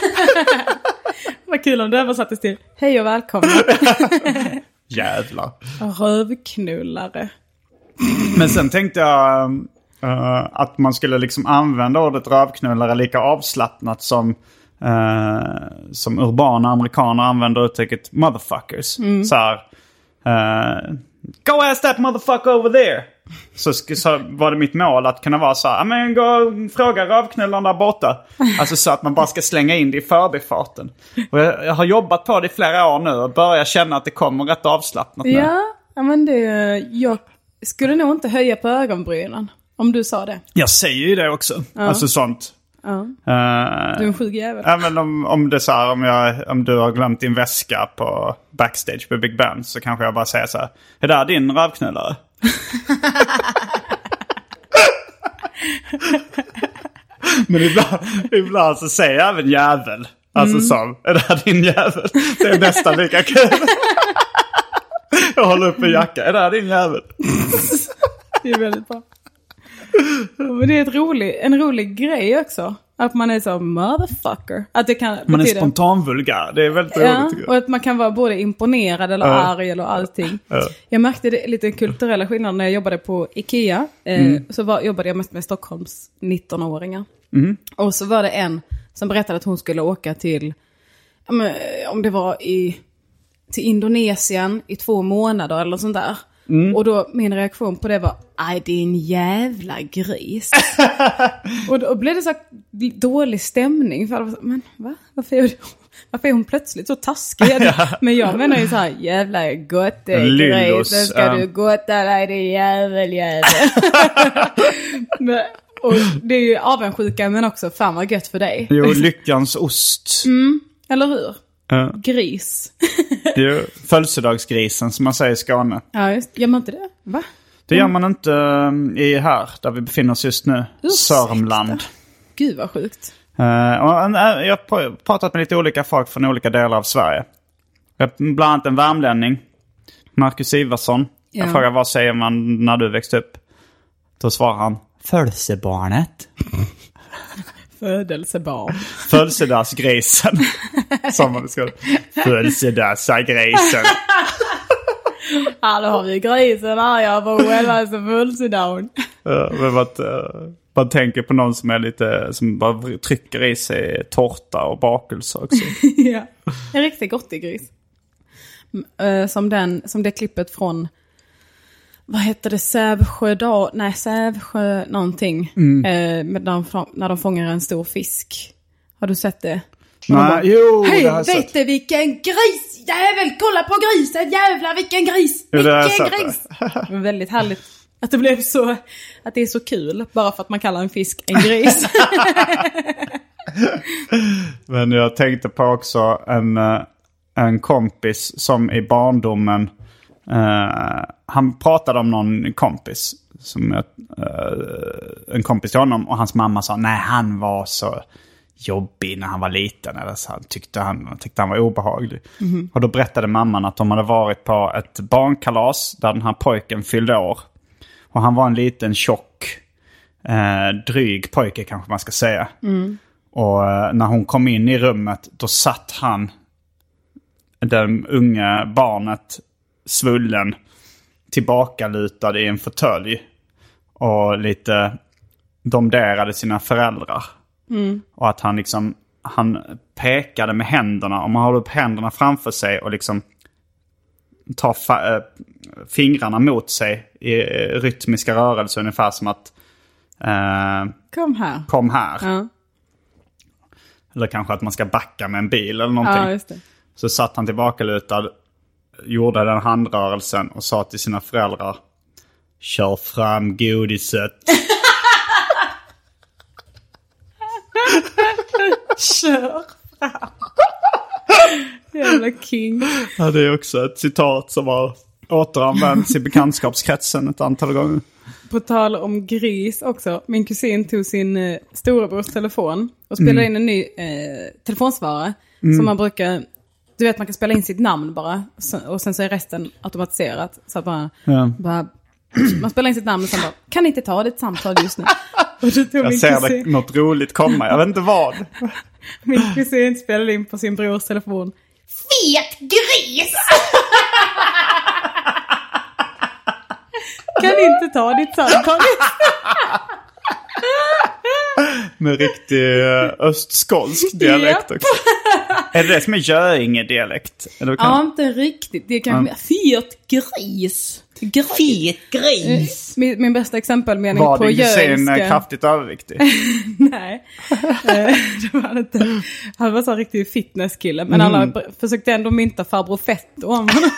Vad kul om det översattes till hej och välkomna. Jävlar. Rövknullare. Men sen tänkte jag uh, att man skulle liksom använda ordet rövknullare lika avslappnat som uh, som urbana amerikaner använder uttrycket motherfuckers. Mm. Så här, uh, go ask that motherfucker over there. Så, så var det mitt mål att kunna vara så här, men gå och fråga rövknullaren där borta. Alltså så att man bara ska slänga in det i förbifarten. Och jag, jag har jobbat på det i flera år nu och börjar känna att det kommer rätt avslappnat nu. Ja, men det, jag skulle nog inte höja på ögonbrynen om du sa det. Jag säger ju det också. Ja. Alltså sånt. Ja. Uh, du är en sjuk jävel. Ja, men om, om det är så här, om, jag, om du har glömt din väska på backstage på Big Ben så kanske jag bara säger så här, är det här din rövknullare? Men ibland, ibland så säger jag även jävel. Alltså mm. som, är det här din jävel? Det är nästan lika kul. Jag håller upp en jacka, är det här din jävel? Det är väldigt bra. Men det är ett rolig, en rolig grej också. Att man är så motherfucker. Att det kan man betyda... är spontanvulgär. Det är väldigt ja, roligt. Och att man kan vara både imponerad eller uh. arg eller allting. Uh. Jag märkte det lite kulturella skillnader när jag jobbade på Ikea. Mm. Eh, så var, jobbade jag mest med Stockholms nittonåringar. Mm. Och så var det en som berättade att hon skulle åka till, om det var i, till Indonesien i två månader eller sånt där. Mm. Och då min reaktion på det var, aj det är en jävla gris. Och då blev det så dålig stämning. För alla var så, men va? Varför är, varför är hon plötsligt så taskig? Men jag menar ju så här, jävla gott det är gris. Sen ska um... du gotta dig, det är jävel jävel. men, och det är ju avundsjuka, men också fan vad gött för dig. Jo, lyckans ost. Mm, eller hur? Uh. Gris. Det är ju födelsedagsgrisen som man säger i Skåne. Ja, just. Gör man inte det? Va? Det gör man inte i här, där vi befinner oss just nu. Ursäkta. Sörmland. Gud vad sjukt. Uh, och, uh, jag har pratat med lite olika folk från olika delar av Sverige. Bland annat en värmlänning, Marcus Ivarsson. Ja. Jag frågar, vad säger man när du växte upp? Då svarar han, födelsebarnet. Födelsebarn. Födelsedagsgrisen. Som man ska. Födelsedagsgrisen. Ja, då har vi grisen här. Jag var själva som födelsedagen. Ja, men vad, man tänker på någon som är lite, som bara trycker i sig tårta och bakelse också. Ja, en riktigt gottig gris. Som, den, som det klippet från, vad heter det, Sävsjö dag, nej Sävsjö någonting, mm. eh, när, de, när de fångar en stor fisk. Har du sett det? Nej, bara, jo, hej, det har vet sett. Du vilken gris, jävel, kolla på grisen, jävla vilken gris, jo, vilken gris. Det var väldigt härligt att det blev så, att det är så kul, bara för att man kallar en fisk en gris. Men jag tänkte på också en, en kompis som i barndomen, Uh, han pratade om någon kompis som uh, en kompis till honom, och hans mamma sa nej, han var så jobbig när han var liten, eller så han tyckte han tyckte han var obehaglig. Mm-hmm. Och då berättade mamman att de hade varit på ett barnkalas där den här pojken fyllde år, och han var en liten tjock uh, dryg pojke kanske man ska säga. Mm. Och uh, när hon kom in i rummet, då satt han, den unga barnet, svullen, tillbakalutad i en fåtölj och lite domderade sina föräldrar. Mm. Och att han liksom, han pekade med händerna, om man håller upp händerna framför sig och liksom tar fa- äh, fingrarna mot sig i rytmiska rörelser, ungefär som att äh, kom här. Kom här. Ja. Eller kanske att man ska backa med en bil eller någonting. Ja, just det. Så satt han tillbakalutad, gjorde den handrörelsen och sa till sina föräldrar, kör fram godiset. Kör fram. Jävla king. Ja, det är också ett citat som har återanvänts i bekantskapskretsen ett antal gånger. På tal om gris också. Min kusin tog sin eh, storebrors telefon och spelade mm. in en ny eh, telefonsvarare mm. som man brukar... Du vet, man kan spela in sitt namn bara. Och sen så är resten automatiserat. Så att bara, ja. bara... Man spelar in sitt namn och sen bara, kan inte ta det samtal just nu. Och då tog jag ser kusin... det något roligt komma. Jag vet inte vad. Min kusin spelade in på sin brors telefon. Fet gris! Kan inte ta ditt samtal. Med riktig östskånsk dialekt också. Är det det som är Göinge-dialekt? Kan... Ja, inte riktigt. Det är kanske ja. Fet gris. Gris. Fet gris. Min, min bästa exempelmening var på Göinge. Var din kusin kraftigt överviktig? Nej. Det var inte. Han var så en riktig fitnesskille. Men mm. alla försökte ändå mynta farbror Fetto om honom.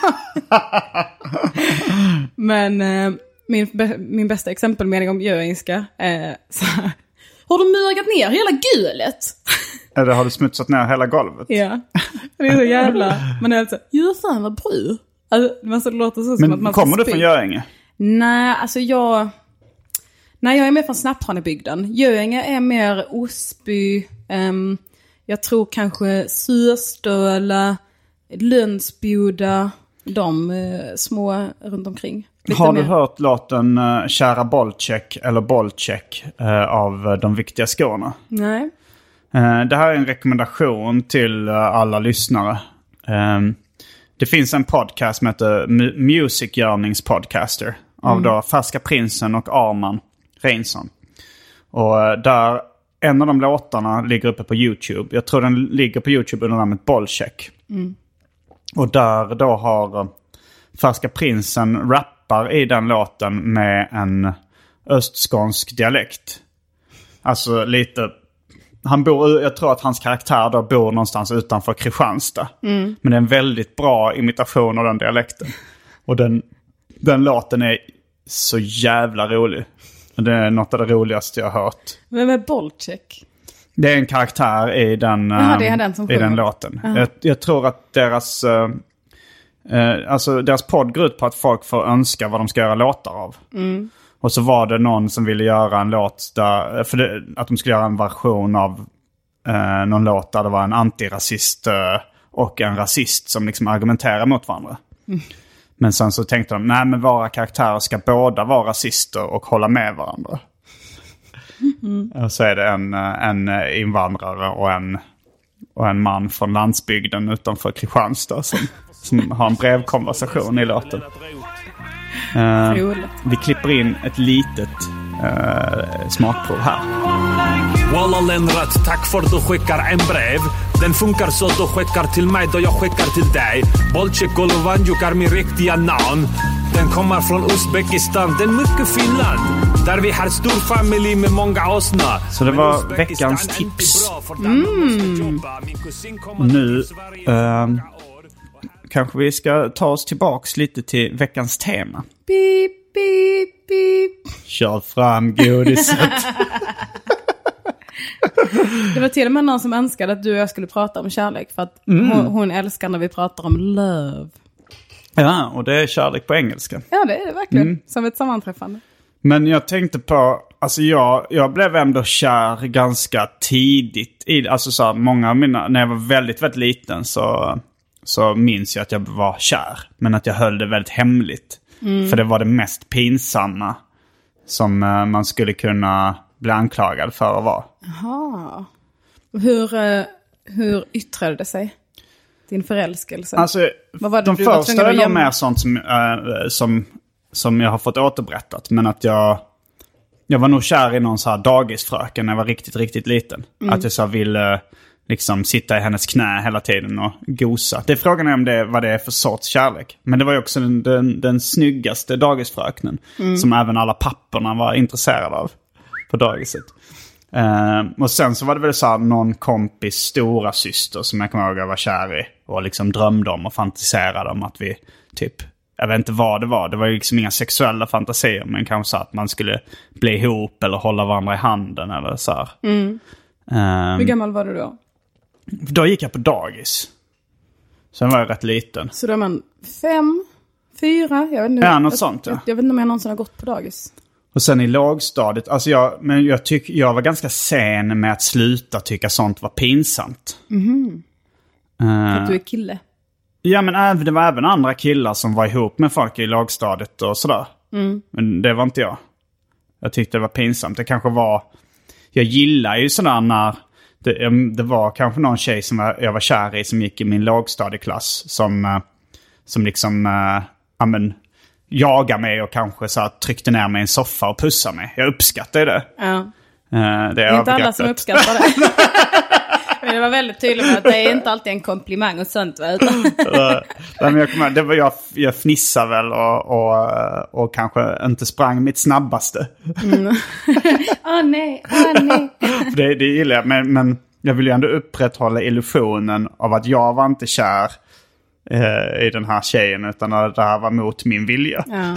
Men min, min bästa exempelmening om göinska är så här. Har du mögat ner hela gulet? Eller har du smutsat ner hela golvet? Ja, det är så jävla... Man är alltså, gör fan vad bry. Alltså, man så låter så som men att man kommer du från Göinge? Nej, alltså jag... Nej, jag är mer från Snapphanebygden. Göinge är mer Osby. Um, jag tror kanske Syrstöla, Lönsboda, de uh, små runt omkring. Lite har mer. Du hört låten uh, Kära Bolcheck eller Bolcheck uh, av uh, De viktiga Skåne? Nej. Uh, det här är en rekommendation till uh, alla lyssnare. Um, det finns en podcast som heter M- Music Yearnings Podcaster mm. av då Färska Prinsen och Arman Reinsson. Och uh, där en av de låtarna ligger uppe på YouTube. Jag tror den ligger på YouTube under namnet Bolcheck. Mm. Och där då har uh, Färska Prinsen rappat rappar i den låten med en östskånsk dialekt. Alltså lite... Han bor, jag tror att hans karaktär då bor någonstans utanför Kristianstad. Mm. Men det är en väldigt bra imitation av den dialekten. Och den, den låten är så jävla rolig. Det är något av det roligaste jag har hört. Vem är Bolchek? Det är en karaktär i den, Jaha, det är den som i den låten. Jag, jag tror att deras, uh, uh, alltså deras podd går ut på att folk får önska vad de ska göra låtar av. Mm. Och så var det någon som ville göra en låt där, för det, att de skulle göra en version av uh, någon låt där det var en antirasist uh, och en rasist som liksom argumenterar mot varandra. Mm. Men sen så tänkte de, nej men våra karaktärer ska båda vara rasister och hålla med varandra. Mm. Och så är det en, en invandrare och en, och en man från landsbygden utanför Kristianstad som, som har en brevkonversation i låten. Uh, vi klipper in ett litet uh, smakprov här. Walla Lennart, tack för att du skickar en brev. Den funkar så du skickar till mig då jag skickar till dig. Bolchek Golovanjuk är min riktiga namn. Den kommer från Uzbekistan, den mycket fin land. Där vi har stor familj med många åsna. Så det var veckans tips. Mm. Och nu uh, kanske vi ska ta oss tillbaks lite till veckans tema. Beep, beep, beep. Kör fram godiset. Det var till och med någon som önskade att du och jag skulle prata om kärlek. För att mm. hon, hon älskar när vi pratar om love. Ja, och det är kärlek på engelska. Ja, det är det verkligen. Mm. Som ett sammanträffande. Men jag tänkte på, alltså jag, jag blev ändå kär ganska tidigt. I, alltså så här, många av mina, när jag var väldigt, väldigt liten så, så minns jag att jag var kär. Men att jag höll det väldigt hemligt. Mm. För det var det mest pinsamma som uh, man skulle kunna bli anklagad för att vara. Jaha. Hur, uh, hur yttrade det sig? Din förälskelse? Alltså, vad var det de du var första är nog mer sånt som, uh, som, som jag har fått återberättat. Men att jag, jag var nog kär i någon så här dagisfröken när jag var riktigt, riktigt liten. Mm. Att jag så ville liksom sitta i hennes knä hela tiden och gosa. Det är frågan är om det, vad det är för sorts kärlek. Men det var ju också den, den, den snyggaste dagisfröknen. Mm. Som även alla papporna var intresserade av på dagiset. Uh, och sen så var det väl så här någon kompis stora syster som jag kommer ihåg jag var kär i. Och liksom drömde om och fantiserade om att vi typ, jag vet inte vad det var. Det var ju liksom inga sexuella fantasier. Men kanske så att man skulle bli ihop eller hålla varandra i handen eller så här. Mm. Uh, Hur gammal var du då? Då gick jag på dagis. Sen var jag rätt liten. Så då är man fem, fyra, jag vet inte. Ja, något jag, sånt ja. Jag, jag vet inte om jag någonsin har gått på dagis. Och sen i lågstadiet, alltså jag, men jag, tyck, jag var ganska sen med att sluta tycka sånt var pinsamt. Mhm. Uh, att du är kille? Ja, men även, det var även andra killar som var ihop med folk i lågstadiet och sådär. Mm. Men det var inte jag. Jag tyckte det var pinsamt. Det kanske var, jag gillar ju sådär när det, det var kanske någon tjej som jag, jag var kär i som gick i min lågstadieklass som, som liksom, äh, ja men jaga mig och kanske så här, tryckte ner mig i en soffa och pussade mig. Jag uppskattar det. Ja. Uh, det är, det är inte alla som uppskattar det. Men det var väldigt tydligt med att det är inte alltid en komplimang och sånt. uh, men jag, kommer, det var jag, jag fnissade väl och, och, och kanske inte sprang mitt snabbaste. Åh mm. oh, nej, åh oh, nej. det, det gillar jag. Men, men jag vill ju ändå upprätthålla illusionen av att jag var inte kär i den här tjejen utan att det här var mot min vilja. Ja.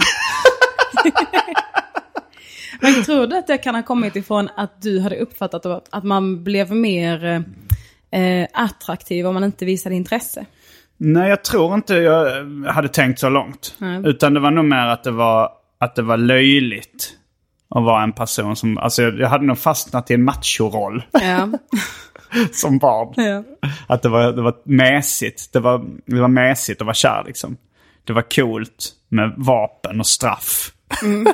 Men tror du att det kan ha kommit ifrån att du hade uppfattat att man blev mer eh, attraktiv om man inte visade intresse? Nej, jag tror inte jag hade tänkt så långt. Mm. Utan det var nog mer att det var, att det var löjligt att vara en person som... Alltså jag, jag hade nog fastnat i en machoroll. Ja. Som barn. Ja. Att det var, det var mässigt. Det var, det var mässigt att vara kär liksom. Det var coolt med vapen och straff. Mm.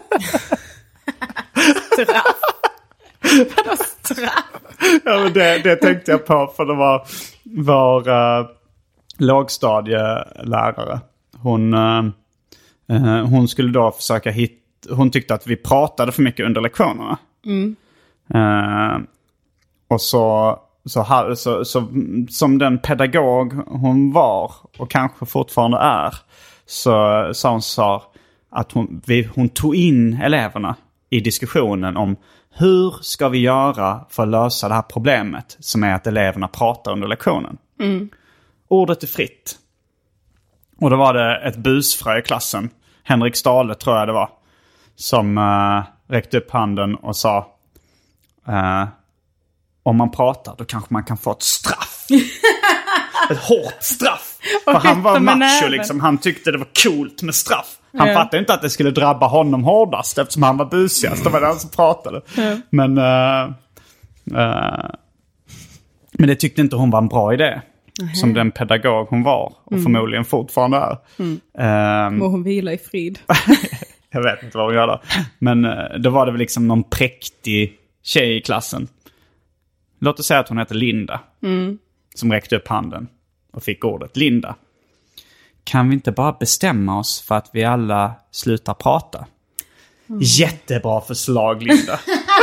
Straff? Vadå straff? Ja, men det, det tänkte jag på för det var vår uh, lågstadielärare. Hon, uh, uh, hon skulle då försöka hitta... Hon tyckte att vi pratade för mycket under lektionerna. Mm. Uh, och så... Så, så, så som den pedagog hon var och kanske fortfarande är så sa hon så att hon, vi, hon tog in eleverna i diskussionen om hur ska vi göra för att lösa det här problemet som är att eleverna pratar under lektionen. Mm. Ordet är fritt. Och då var det ett busfrö i klassen. Henrik Stahle tror jag det var. Som uh, räckte upp handen och sa uh, om man pratar då kanske man kan få ett straff. Ett hårt straff. För han var macho liksom. Han tyckte det var coolt med straff. Han ja. fattade inte att det skulle drabba honom hårdast eftersom han var busigast. Det var den som pratade. Ja. Men, uh, uh, men det tyckte inte hon var en bra idé. Uh-huh. Som den pedagog hon var. Och mm. förmodligen fortfarande är. Mm. Um, Må hon vila i frid. Jag vet inte vad hon gör då. Men uh, då var det väl liksom någon präktig tjej i klassen. Låt oss säga att hon heter Linda. Mm. Som räckte upp handen och fick ordet. Linda, kan vi inte bara bestämma oss för att vi alla slutar prata? Mm. Jättebra förslag, Linda.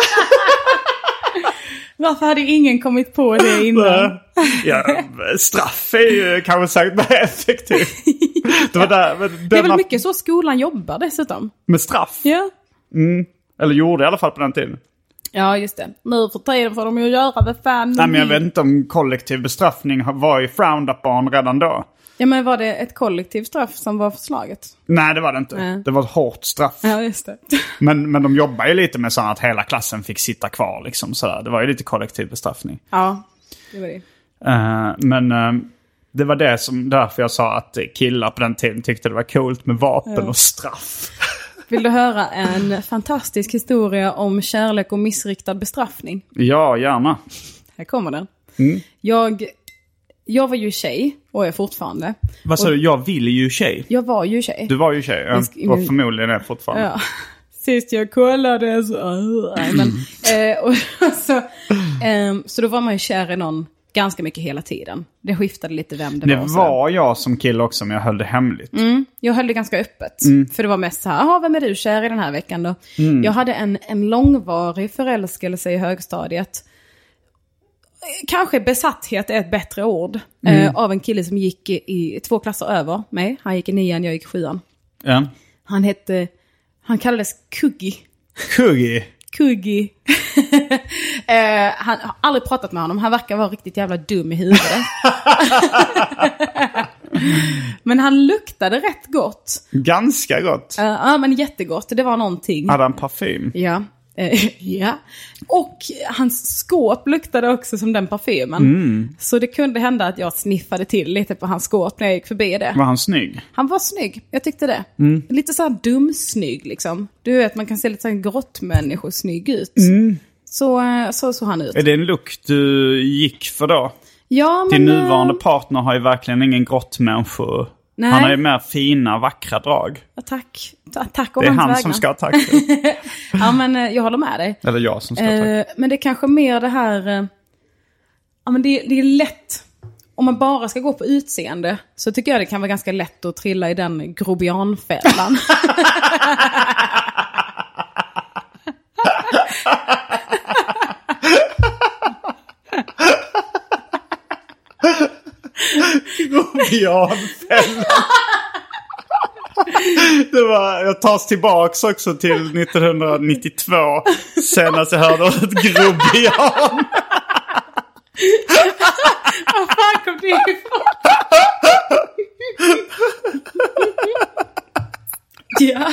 Varför hade ingen kommit på det innan? Ja, straff är ju kanske sagt mer effektivt. Det, var där, det är väl mycket så skolan jobbar dessutom. Med straff? Ja. Mm. Eller gjorde i alla fall på den tiden. Ja, just det. Nu för tiden får de ju göra det fan. Nej, men jag vet inte om kollektiv bestraffning var ju frowned upon redan då. Ja, men var det ett kollektivt straff som var förslaget? Nej, det var det inte. Nej. Det var ett hårt straff. Ja, just det. Men, men de jobbar ju lite med sånt att hela klassen fick sitta kvar liksom sådär. Det var ju lite kollektiv bestraffning. Ja, det var det. Uh, men uh, det var det som därför jag sa att killar på den tiden tyckte det var coolt med vapen ja. och straff. Vill du höra en fantastisk historia om kärlek och missriktad bestraffning? Ja, gärna. Här kommer den. Mm. Jag, jag var ju tjej och är fortfarande. Vad sa du? Jag vill ju tjej. Jag var ju tjej. Du var ju tjej, ja. Och förmodligen är fortfarande. Ja. Sist jag kollade så... Nej, men, eh, och så, eh, så då var man ju kär i någon ganska mycket hela tiden. Det skiftade lite vem det, det var. Det var jag som kille också, men jag höll det hemligt. Mm, jag höll det ganska öppet. Mm. För det var mest så här, jaha, vem är du kär i den här veckan då? Mm. Jag hade en, en långvarig förälskelse i högstadiet. Kanske besatthet är ett bättre ord. Mm. Eh, av en kille som gick i, i två klasser över mig. Han gick i nian, jag gick i sjuan. Ja. Han hette, han kallades Kuggi. Kuggi? Kuggi. eh, han har aldrig pratat med honom. Han verkar vara riktigt jävla dum i huvudet. Men han luktade rätt gott. Ganska gott. Ja, uh, uh, men jättegott. Det var någonting. Hade han parfym? Ja. Uh, ja. Och hans skåp luktade också som den parfymen. Mm. Så det kunde hända att jag sniffade till lite på hans skåp när jag gick förbi det. Var han snygg? Han var snygg. Jag tyckte det. Mm. Lite så här dumsnygg liksom. Du vet, man kan se lite så här grottmänniskor snygg ut. Mm. Så, så såg han ut. Är det en look du gick för då? Ja, men... Din nuvarande partner har ju verkligen ingen grottmänniskor. Nej. Han har ju mer fina, vackra drag. Ja, tack. Ta- tack om det är han vägna. som ska ha tack. Ja, men jag håller med dig. Eller jag som ska ha tack. Eh, men det är kanske mer det här... Eh, ja, men det, det är lätt... Om man bara ska gå på utseende så tycker jag det kan vara ganska lätt att trilla i den grobianfällan. Grobianfällan. Det var, jag tas tillbaks också till nittonhundranittiotvå. Senast jag hörde ordet grobian. Vad fan kom det ifrån? Ja.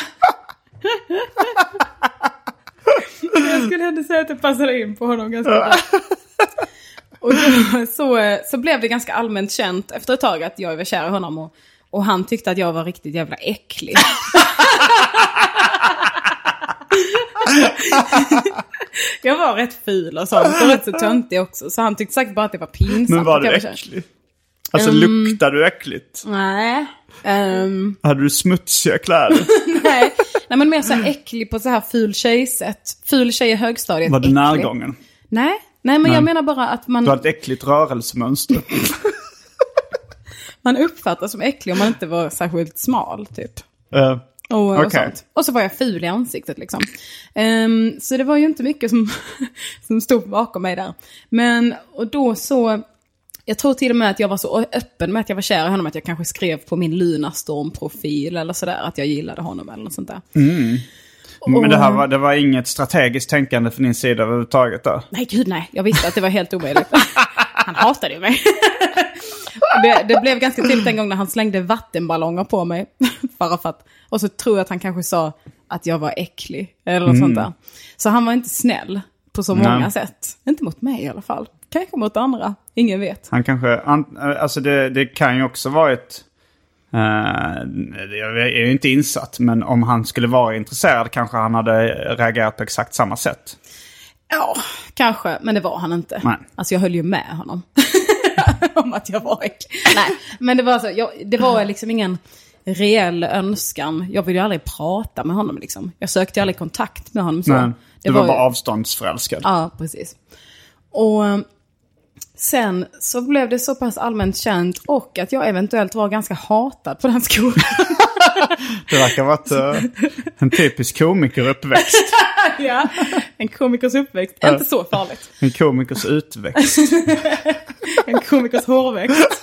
Jag skulle ändå säga att det passade in på honom ganska bra. Och då, så, så blev det ganska allmänt känt efter ett tag att jag var kär i honom. Och, och han tyckte att jag var riktigt jävla äcklig. Jag var rätt ful och sånt. Och rätt så töntig också. Så han tyckte säkert bara att det var pinsamt. Men var du äcklig? Alltså um, luktade du äckligt? Nej. Um, Hade du smutsiga kläder? nej. nej, men mer så här äcklig på så här ful tjejsätt. Ful tjej i högstadiet. Var du närgången? Nej. Nej, men nej. Jag menar bara att man... Du har ett äckligt rörelsemönster. Man uppfattar som äcklig om man inte var särskilt smal, typ. Uh, och, och, okay. sånt. Och så var jag ful i ansiktet, liksom. Um, så det var ju inte mycket som, som stod bakom mig där. Men, och då så... Jag tror till och med att jag var så öppen med att jag var kär i honom att jag kanske skrev på min Lunarstorm-profil eller sådär att jag gillade honom eller något sånt där. Mm. Men det här var, det var inget strategiskt tänkande från din sida överhuvudtaget då? Nej, gud nej. Jag visste att det var helt omöjligt. Han hatade ju mig. det, det blev ganska tydligt en gång när han slängde vattenballonger på mig. Bara för att, och så tror jag att han kanske sa att jag var äcklig eller något mm. sånt där. Så han var inte snäll på så många Nej. sätt. Inte mot mig i alla fall. Kanske mot andra. Ingen vet. Han kanske, alltså det, det kan ju också vara ett, uh, jag är ju inte insatt, men om han skulle vara intresserad kanske han hade reagerat på exakt samma sätt. Ja, kanske, men det var han inte. Nej. Alltså jag höll ju med honom om att jag var äcklig. Nej, men det var så, jag, det var liksom ingen reell önskan. Jag ville ju aldrig prata med honom liksom. Jag sökte aldrig kontakt med honom så. Nej, det du var, var bara ju... avståndsförälskad. Ja, precis. Och sen så blev det så pass allmänt känt och att jag eventuellt var ganska hatad på den skolan. Det verkar ha varit uh, en typisk komikeruppväxt. Ja, en komikers uppväxt. Uh, inte så farligt. En komikers utväxt. En komikers hårväxt.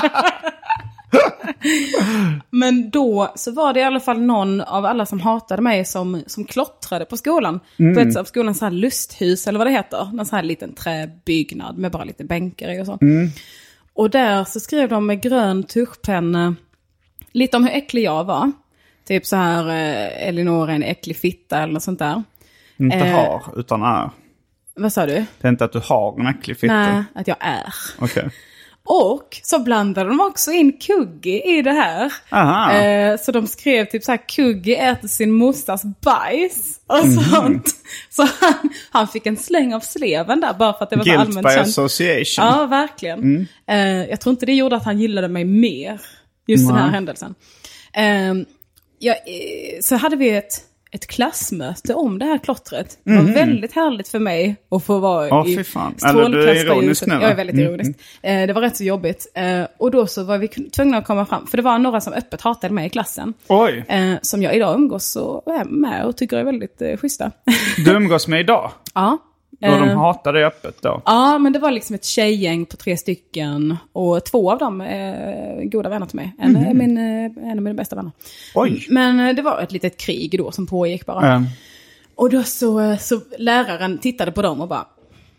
Men då så var det i alla fall någon av alla som hatade mig som, som klottrade på skolan. Mm. På ett av skolans så här lusthus eller vad det heter. En sån här liten träbyggnad med bara lite bänkar i och så. Mm. Och där så skrev de med grön tuschpenna lite om hur äcklig jag var. Typ så här, eh, Elinor är en äcklig fitta eller något sånt där. Inte eh, har, utan är. Vad sa du? Det är inte att du har en äcklig fitta. Nej, att jag är. Okej. Okay. Och så blandade de också in Kuggi i det här. Aha. Eh, så de skrev typ så här: Kuggi äter sin mosters bajs och mm. sånt. Så han, han fick en släng av sleven där bara för att det var Guilt så allmänt by känt. Association. Ja, verkligen. Mm. Eh, jag tror inte det gjorde att han gillade mig mer. Just mm. den här händelsen. Eh, ja, så hade vi ett... ett klassmöte om det här klottret. Det var mm. väldigt härligt för mig att få vara oh, i strålkastarljuset. Jag är väldigt ironisk. Mm. Eh, det var rätt så jobbigt. Eh, och då så var vi tvungna att komma fram. För det var några som öppet hatade mig i klassen. Oj. Eh, som jag idag umgås så är med och tycker är väldigt eh, schyssta. Du umgås med idag? Ja. Och de hatade öppet då? Ja, men det var liksom ett tjejgäng på tre stycken. Och två av dem är goda vänner till mig. En är min, en av mina bästa vänner. Oj. Men det var ett litet krig då som pågick bara. Mm. Och då så, så läraren tittade på dem och bara: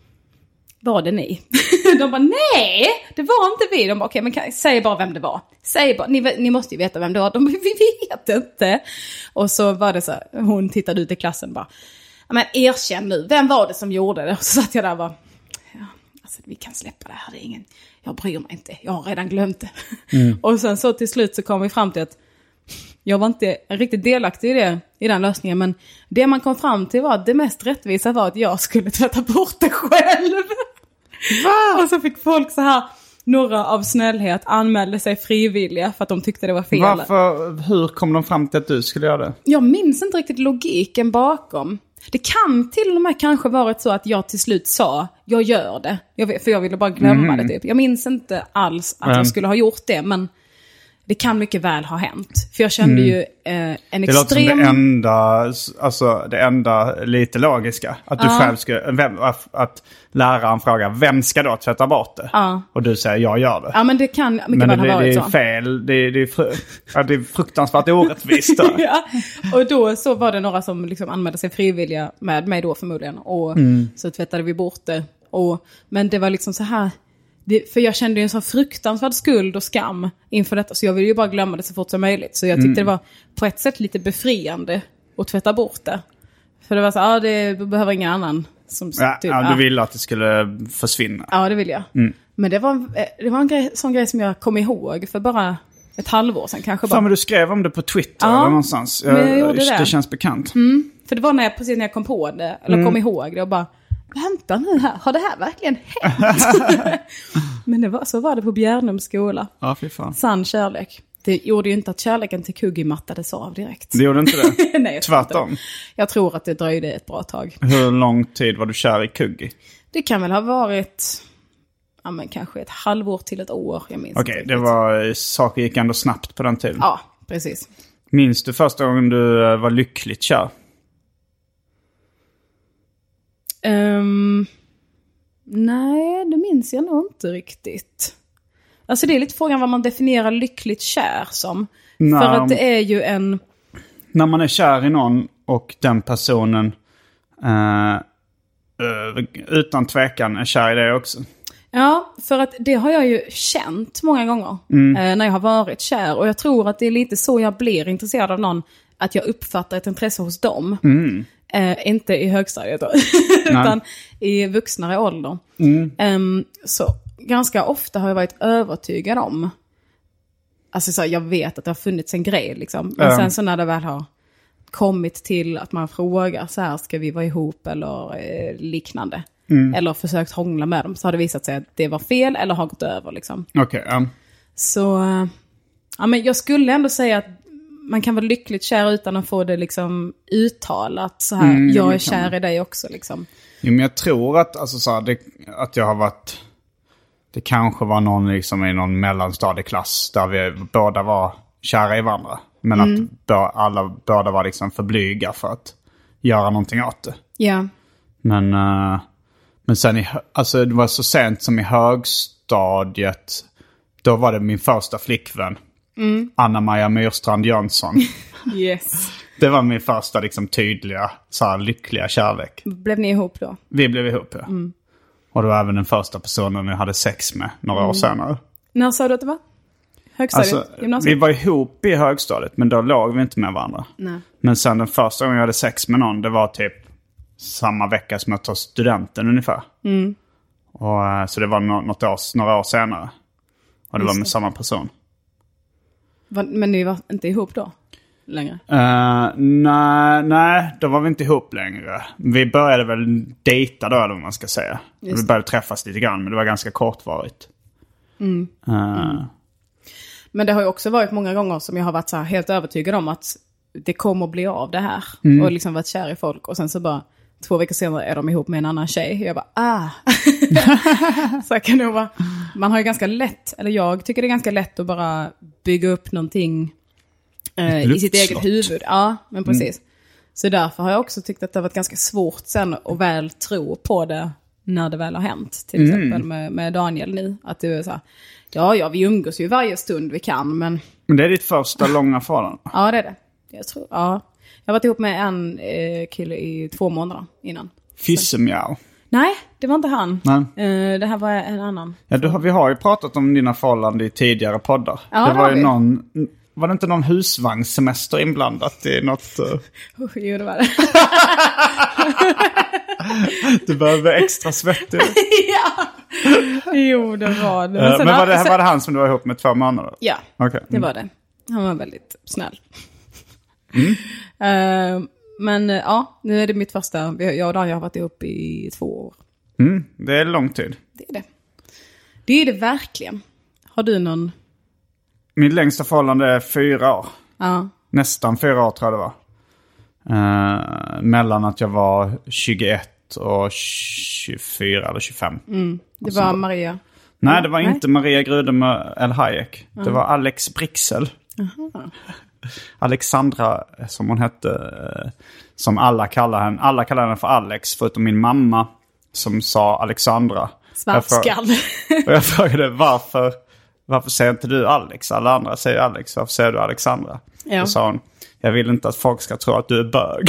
var det ni? De bara: nej, det var inte vi. De bara: okej, okay, men säg bara vem det var. Säg bara, ni, ni måste ju veta vem det var. De bara: vi vet inte. Och så var det så här, hon tittade ut i klassen och bara: men erkänn nu, vem var det som gjorde det? Och så satt jag där och bara: ja, alltså vi kan släppa det här, det är ingen, jag bryr mig inte, jag har redan glömt det. Mm. Och sen så till slut så kom vi fram till att jag var inte riktigt delaktig i det, i den lösningen, men det man kom fram till var att det mest rättvisa var att jag skulle tvätta bort det själv. Va? Och så fick folk så här, några av snällhet anmälde sig frivilliga för att de tyckte det var fel. Varför, hur kom de fram till att du skulle göra det? Jag minns inte riktigt logiken bakom. Det kan till och med kanske varit så att jag till slut sa: jag gör det. Jag, för jag ville bara glömma mm. det typ. Jag minns inte alls att mm. jag skulle ha gjort det, men det kan mycket väl ha hänt. För jag kände mm. ju eh, en det extrem... låter som det enda, alltså det enda lite logiska. Att du ja. själv ska, vem, att läraren frågar: vem ska då tvätta bort det? Ja. Och du säger: jag gör det. Ja, men det kan mycket men väl det, ha varit det är så. fel. Det, det, är fru, ja, det är fruktansvärt orättvist. Ja. Och då så var det några som liksom anmälde sig frivilliga med mig då förmodligen. Och mm. så tvättade vi bort det. Och, men det var liksom så här... Det, för jag kände ju en sån fruktansvärd skuld och skam inför detta. Så jag ville ju bara glömma det så fort som möjligt. Så jag tyckte mm. det var på ett sätt lite befriande att tvätta bort det. För det var så, ja, det behöver ingen annan. Som, ja, typ, ja, du ville att det skulle försvinna. Ja, det ville jag. Mm. Men det var, det var en grej, sån grej som jag kom ihåg för bara ett halvår sedan kanske. Bara. Fan, men du skrev om det på Twitter ja, eller någonstans. Jag, jag gjorde det. Det känns bekant. Mm. För det var när jag, precis när jag kom på det, eller mm. kom ihåg det och bara... Vänta nu här, har det här verkligen hänt? Men det var, så var det på Bjärnums skola. Ja, fy fan. Sann kärlek. Det gjorde ju inte att kärleken till Kuggi mattades av direkt. Det gjorde inte det? Nej, jag tvärtom. Inte. Jag tror att det dröjde ett bra tag. Hur lång tid var du kär i Kuggi? Det kan väl ha varit, ja men kanske ett halvår till ett år. Jag minns Okej, okay, det var, saker gick ändå snabbt på den tiden. Ja, precis. Minns du första gången du var lyckligt kär? Um, Nej, det minns jag nog inte riktigt. Alltså det är lite frågan vad man definierar lyckligt kär som. Nej, för att det är ju en... När man är kär i någon och den personen eh, utan tvekan är kär i det också. Ja, för att det har jag ju känt många gånger mm. eh, när jag har varit kär. Och jag tror att det är lite så jag blir intresserad av någon. Att jag uppfattar ett intresse hos dem. Mm. Eh, inte i högstadiet då, utan i vuxnare ålder. Mm. Um, så ganska ofta har jag varit övertygad om, alltså så jag vet att det har funnits en grej liksom. Men mm. sen så när det väl har kommit till att man frågar så här, ska vi vara ihop eller eh, liknande. Mm. Eller försökt hångla med dem, så har det visat sig att det var fel eller har gått över liksom. Okej, okay, um. Så ja, men jag skulle ändå säga att man kan vara lyckligt kär utan att få det liksom uttalat så här, mm, jag är kär man. i dig också liksom. Jo, men jag tror att, alltså, så här, det, att jag har varit, det kanske var någon liksom i någon mellanstadieklass där vi båda var kära i varandra. Men mm. att bör, alla båda var liksom för blyga för att göra någonting åt det. Ja. Men, uh, men sen, i, alltså det var så sent som i högstadiet, då var det min första flickvän. Mm. Anna-Maja Myrstrand Jönsson. Yes. Det var min första liksom tydliga, så här, lyckliga kärlek. Blev ni ihop då? Vi blev ihop, ja. Mm. Och det var även den första personen jag hade sex med några mm. år senare. När sa du att det var? Högstadiet? Alltså, vi var ihop i högstadiet, men då låg vi inte med varandra. Nej. Men sen den första gången jag hade sex med någon, det var typ samma vecka som jag tog studenten ungefär. Mm. Och, så det var något år, några år senare. Och det Just var med det. samma person. Men ni var inte ihop då? Längre? Uh, nej, nej, då var vi inte ihop längre. Vi började väl dejta då, eller vad man ska säga. Vi började träffas lite grann, men det var ganska kortvarigt. Mm. Uh. Mm. Men det har ju också varit många gånger som jag har varit så här helt övertygad om att det kommer att bli av det här. Mm. Och liksom varit kär i folk. Och sen så bara två veckor senare är de ihop med en annan tjej. Jag bara, ah. Så kan det vara. Man har ju ganska lätt, eller jag tycker det är ganska lätt att bara bygga upp någonting eh, i sitt eget huvud. Ja, men precis. Mm. Så därför har jag också tyckt att det har varit ganska svårt sen att väl tro på det när det väl har hänt. Till mm. exempel med, med Daniel nu. Att det är så här, ja, ja, vi umgås ju varje stund vi kan, men... Men det är ditt första långa förhållande? Ja, det är det. Jag tror, ja. Jag har varit ihop med en eh, kille i två månader innan. Fissemjau. Nej, det var inte han. Nej. Uh, det här var en annan. Ja, du, vi har ju pratat om dina förhållanden i tidigare poddar. Ja, det var det ju någon... Var det inte någon husvagnssemester inblandat i något... Uh... Oh, jo, det var det. Du behöver extra svettig. Ja. Jo, det var det. Men, uh, men var, det, var det han som du var ihop med två månader? Ja, okay. det var det. Han var väldigt snäll. Mm. Uh, men uh, ja, nu är det mitt första. Jag och Daniel har varit ihop i två år. Mm, det är lång tid. Det är det. Det är det verkligen. Har du någon... Min längsta förhållande är fyra år. Ja. Nästan fyra år tror jag det var. Uh, mellan att jag var tjugoett och tjugofyra eller tjugofem. Mm. Det var Maria. Nej, det var Nej. inte Maria Grudem El Hayek. Uh-huh. Det var Alex Brixel. Uh-huh. Alexandra, som hon hette, som alla kallar henne. Alla kallar henne för Alex, förutom min mamma som sa Alexandra. Svartskall. Och jag frågade varför, varför säger inte du Alex? Alla andra säger Alex, varför säger du Alexandra? Ja. Då sa hon, jag vill inte att folk ska tro att du är bög.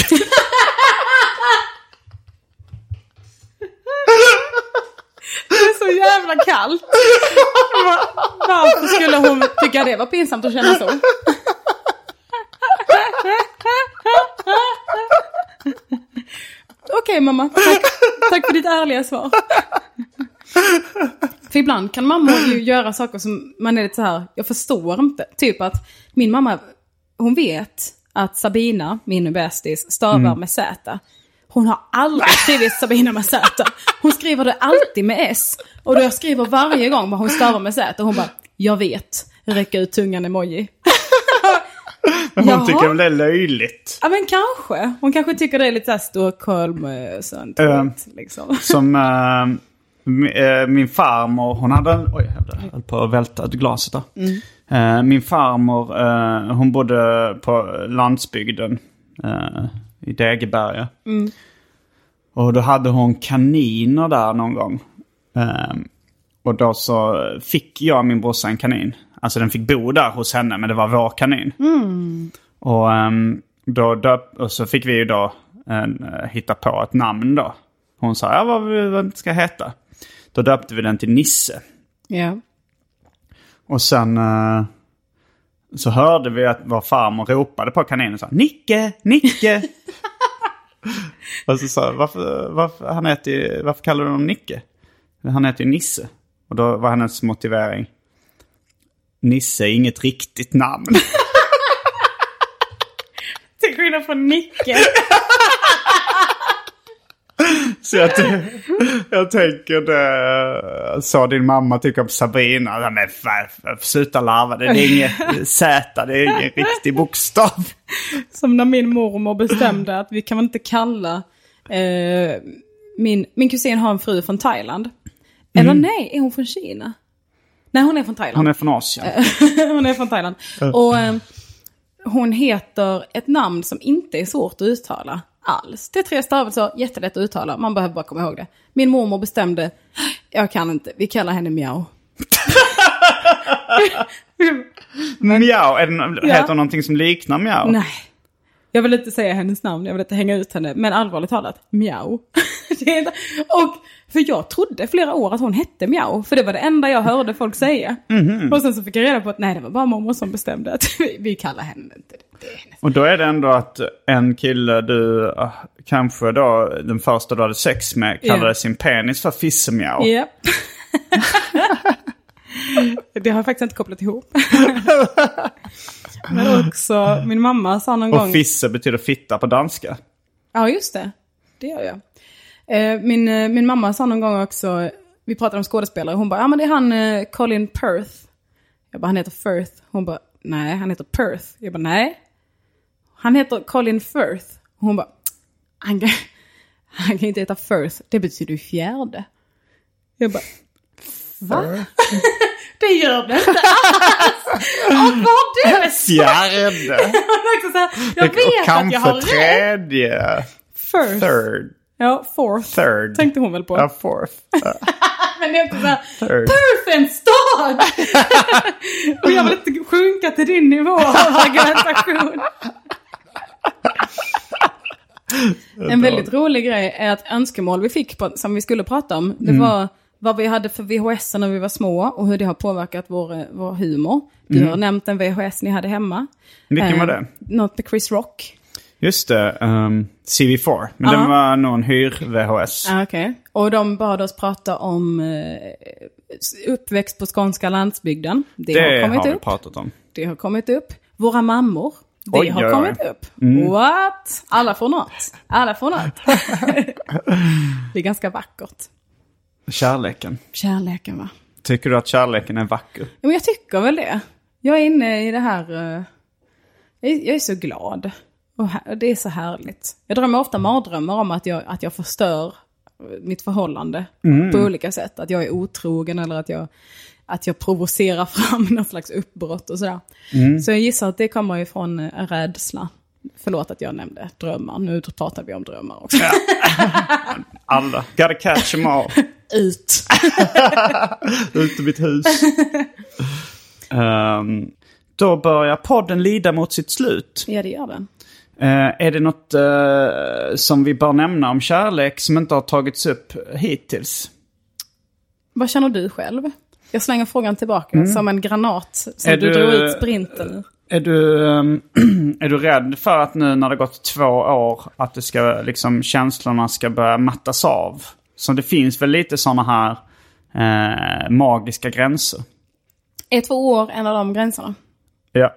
Det är så jävla kallt. Varför skulle hon tycka det var pinsamt att känna så? Okej, okay, mamma. Tack. Tack för ditt ärliga svar. För ibland kan mamma ju göra saker som man är lite så här, jag förstår inte. Typ att min mamma, hon vet att Sabina, min bästis, stavar mm. med Z. Hon har aldrig skrivit Sabina med Z. Hon skriver det alltid med S. Och då jag skriver varje gång vad hon stavar med Z. Och hon bara, jag vet. Räcka ut tungan emoji. Men hon Jaha. tycker väl det är löjligt. Ja, men kanske. Hon kanske tycker det är lite så här Stockholm sånt. Uh, liksom. Som uh, min farmor, hon hade en... Oj, jag höll på att välta glaset där. Mm. Uh, min farmor, uh, hon bodde på landsbygden uh, i Degeberga. Mm. Och då hade hon kaniner där någon gång. Um, och då så fick jag och min brorsa en kanin. Alltså den fick bo där hos henne, men det var vår kanin. Mm. Och, um, då döp, och så fick vi ju då en, uh, hitta på ett namn då. Hon sa, ja vad vi vad ska heta. Då döpte vi den till Nisse. Ja. Yeah. Och sen uh, så hörde vi att vår farmor ropade på kaninen och sa, Nicke, Nicke. Och så sa varför, varför, han heter, varför kallar du honom Nicke? Han heter ju Nisse. Och då var hennes motivering, Nisse är inget riktigt namn. Till skillnad från Nicke. Så jag, t- jag tänker det, så din mamma tycker om Sabrina. Ja, men för, för, sluta larva, det är inget Z, det är ingen riktig bokstav. Som när min mormor bestämde att vi kan inte kalla eh, min, min kusin har en fru från Thailand. Eller mm. nej, är hon från Kina? Nej, hon är från Thailand. Hon är från Asien. Hon är från Thailand. Och eh, hon heter ett namn som inte är svårt att uttala alls. Det är tre stavelser, jättelätt att uttala. Man behöver bara komma ihåg det. Min mormor bestämde, jag kan inte, vi kallar henne Miao. Men, Miao, är det, ja. Heter hon någonting som liknar Miao? Nej. Jag vill inte säga hennes namn, jag vill inte hänga ut henne. Men allvarligt talat, Miao. Det är inte, och för jag trodde flera år att hon hette Miao. För det var det enda jag hörde folk säga. Mm-hmm. Och sen så fick jag reda på att nej, det var bara mormor som bestämde att vi, vi kallar henne inte det. Och då är det ändå att en kille du uh, kanske då den första du hade sex med kallade yeah. sin penis för Fisse-Miao. Ja. Yep. Det har jag faktiskt inte kopplat ihop. Men också min mamma sa någon och gång... Och Fisse betyder fitta på danska. Ja, just det. Det gör jag. Min, min mamma sa någon gång också... Vi pratade om skådespelare. Hon bara, ja men det är han Colin Firth. Jag bara, han heter Firth. Hon bara, nej, han heter Perth. Jag bara, nej. Han heter Colin Firth. Hon bara, han kan, han kan inte heta Firth. Det betyder ju fjärde. Jag bara, va? Det gör det inte alls. Och vad du är fjärde. Jag vet kanske att jag har tredje. First. Third. Ja, fourth. Third. Tänkte hon väl på. Ja, fourth. Men det är inte så här, Perth en stad! Och jag vill inte sjunka till din nivå av argumentation. En väldigt rolig grej är att önskemål vi fick på, som vi skulle prata om, det mm. var vad vi hade för V H S när vi var små och hur det har påverkat vår, vår humor. Du mm. har nämnt en V H S ni hade hemma. Vilken var det? Eh, något med Chris Rock. Just det, um, C V fyra. Men uh-huh. den var någon hyr-V H S. Ah, okej. Okay. Och de bad oss prata om uh, uppväxt på skånska landsbygden. Det, det har kommit har vi upp. pratat om. Det har kommit upp. Våra mammor. Det oj, har oj, kommit oj. upp. Mm. What? Alla får något. Alla får något. Det är ganska vackert. Kärleken. Kärleken, va? Tycker du att kärleken är vacker? Ja, men jag tycker väl det. Jag är inne i det här... Uh, jag, är, jag är så glad. Och här, det är så härligt. Jag drömmer ofta mardrömmar om att jag, att jag förstör mitt förhållande mm. på olika sätt. Att jag är otrogen eller att jag, att jag provocerar fram någon slags uppbrott och sådär. Mm. Så jag gissar att det kommer ifrån en rädsla. Förlåt att jag nämnde drömmar. Nu pratar vi om drömmar också. Ja. Alla. Gotta catch them all. Ut. Ut ur mitt hus. um, då börjar podden lida mot sitt slut. Ja, det gör den. Uh, är det något uh, som vi bör nämna om kärlek som inte har tagits upp hittills? Vad känner du själv? Jag slänger frågan tillbaka mm. som en granat som är du, du drog ut sprinten. Är du, um, är du rädd för att nu när det gått två år att det ska, liksom, känslorna ska börja mattas av? Så det finns väl lite sådana här uh, magiska gränser. Är två år en av de gränserna? Ja.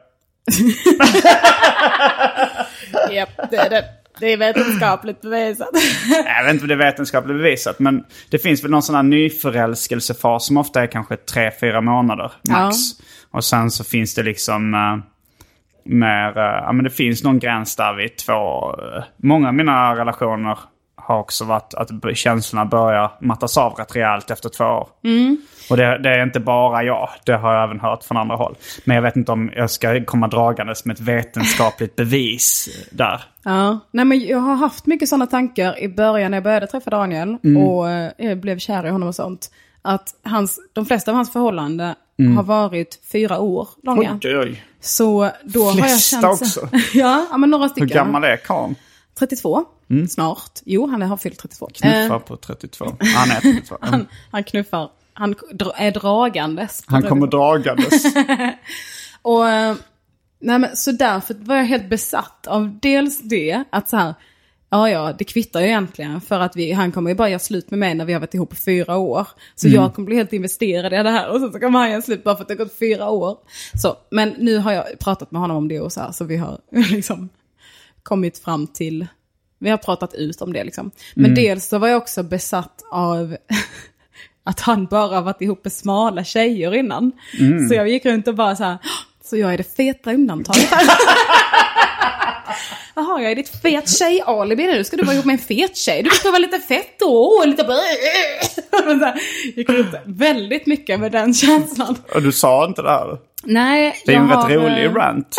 Japp, det är det. Det är vetenskapligt bevisat. Jag vet inte om det är vetenskapligt bevisat, men det finns väl någon sån här nyförälskelsefas som ofta är kanske tre, fyra månader max. Ja. Och sen så finns det liksom uh, mer, uh, ja men det finns någon gräns där vid två. Uh, många av mina relationer har också varit att känslorna börjar mattas av rätt rejält efter två år. Mm. Och det, det är inte bara jag, det har jag även hört från andra håll. Men jag vet inte om jag ska komma dragandes med ett vetenskapligt bevis där. Ja, nej men jag har haft mycket sådana tankar i början när jag började träffa Daniel mm. och eh, jag blev kär i honom och sånt. att hans, de flesta av hans förhållanden Mm. har varit fyra år långa. Oj, oj. Så då Flesta har jag känt... också. ja, ja, men några stycken. Hur gammal är Karl? trettiotvå, Mm. snart. Jo, han har fyllt trettiotvå. Knuffar Eh, på trettiotvå. Han är trettiotvå. Mm. han, han knuffar. Han dra, är dragandes. Han kommer dragandes. Och, eh, nej men, så därför var jag helt besatt av dels det, att så här, ja ja, det kvittar ju egentligen, för att vi, han kommer ju bara göra slut med mig när vi har varit ihop i fyra år. Så Mm. jag kommer bli helt investerad i det här, och så, så kommer han göra slut bara för att det har gått fyra år. Så, men nu har jag pratat med honom om det och så här, så vi har liksom kommit fram till, vi har pratat ut om det liksom. Men Mm. dels så var jag också besatt av att han bara varit ihop med smala tjejer innan. Mm. Så jag gick runt och bara så här, så jag är det feta undantaget. Jaha, jag är ditt fet tjej-alibi nu. Ska du vara ihop med en fet tjej? Du ska vara lite fett då. Och lite... Jag gick runt väldigt mycket med den känslan. Och du sa inte det här? Nej, det är jag en har... rätt rolig rant.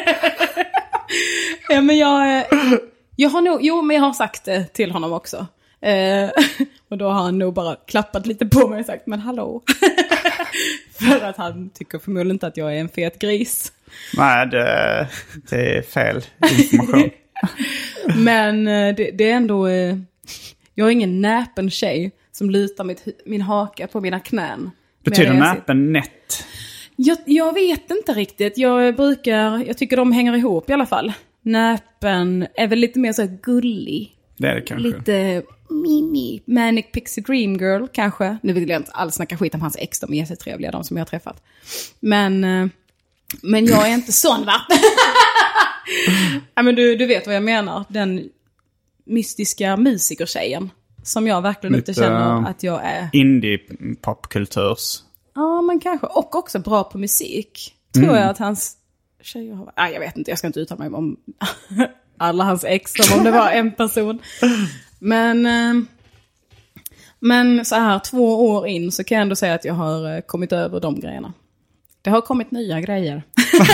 Ja, men jag... Jag har nog... Jo, men jag har sagt det till honom också. Eh, och då har han nog bara klappat lite på mig och sagt, men hallå. För att han tycker förmodligen inte att jag är en fet gris. Nej, det, det är fel information. Men det, det är ändå... Jag är ingen näpen tjej som lutar mitt, min haka på mina knän. Betyder näpen nätt? Jag, jag vet inte riktigt. Jag brukar... Jag tycker de hänger ihop i alla fall. Näpen är väl lite mer så här gullig. Det är det kanske. Lite mimi. Manic Pixie Dream Girl kanske. Nu vill jag inte alls snacka skit om hans ex. De är jättetrevliga, de som jag har träffat. Men... Men jag är inte sån, va? Ja, men du, du vet vad jag menar. Den mystiska musikertjejen. Som jag verkligen Lite, inte känner att jag är. Indie-popkulturs. Ja, men kanske. Och också bra på musik. Tror Mm. jag att hans tjejer har... Ah, jag vet inte, jag ska inte uttala mig om alla hans ex. Som om det var en person. Men... Men så här, två år in så kan jag ändå säga att jag har kommit över de grejerna. Det har kommit nya grejer.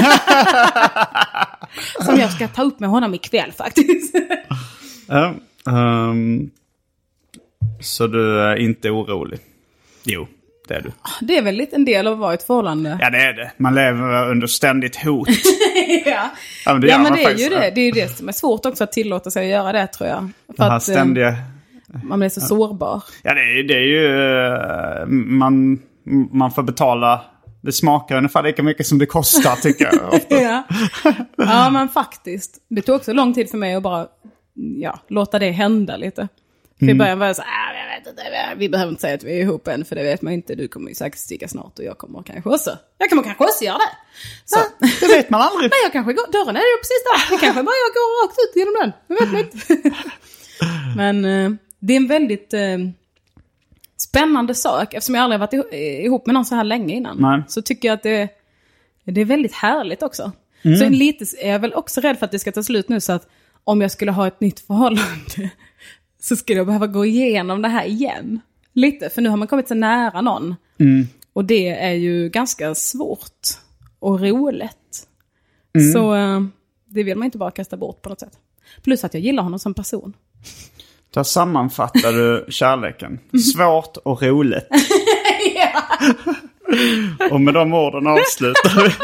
Som jag ska ta upp med honom ikväll faktiskt. Ja, um, så du är inte orolig? Jo, det är du. Det är väl lite en del av att vara ett förhållande. Ja, det är det. Man lever under ständigt hot. ja, ja, men det, ja, men man det är faktiskt. ju det. Det är ju det som är svårt också att tillåta sig att göra det, tror jag. För Den här att ständiga... man blir så sårbar. Ja, det är ju... Det är ju man, man får betala... Det smakar ungefär lika mycket som det kostar, tycker jag. Ofta. ja. ja, men faktiskt. Det tog också lång tid för mig att bara ja, låta det hända lite. För Mm. i början var jag så här, jag vet inte, vi behöver inte säga att vi är ihop än, för det vet man inte. Du kommer ju säkert sticka snart och jag kommer kanske också. Jag kommer kanske också göra det. Så. Ja, det vet man aldrig. Nej, jag kanske går, dörren är ju precis där. Det kanske bara jag går rakt ut genom den. Jag vet inte. Men eh, det är en väldigt eh, spännande sak. Eftersom jag aldrig varit ihop, ihop med någon så här länge innan. Nej. Så tycker jag att det, det är väldigt härligt också. Mm. Så lite är jag väl också rädd för att det ska ta slut nu. Så att om jag skulle ha ett nytt förhållande så skulle jag behöva gå igenom det här igen. Lite, för nu har man kommit så nära någon. Mm. Och det är ju ganska svårt och roligt. Mm. Så uh, det vill man inte bara kasta bort på något sätt. Plus att jag gillar honom som person. Där sammanfattar du kärleken. Svårt och roligt. ja. Och med de orden avslutar vi.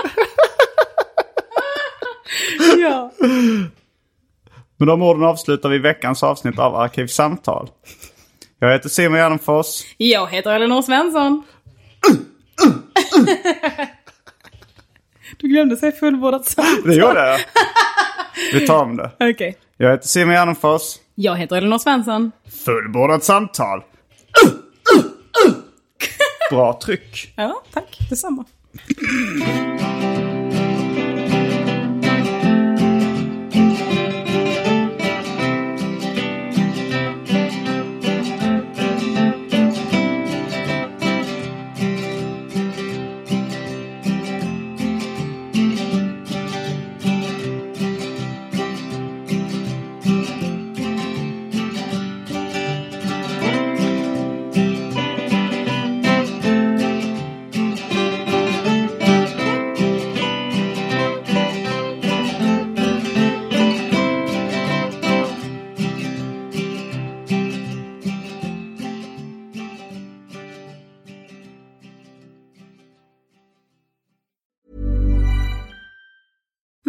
ja. Med de orden avslutar vi veckans avsnitt av Arkivsamtal. Jag heter Simon Gärdenfors. Jag heter Elinor Svensson. Du glömde säga fullbordat samtal. Det gjorde jag. Vi tar om det. Okej. Okay. Jag heter Simon Gärdenfors. Jag heter Elinor Svensson. Fullbordat samtal. Bra tryck. Ja, tack. Detsamma.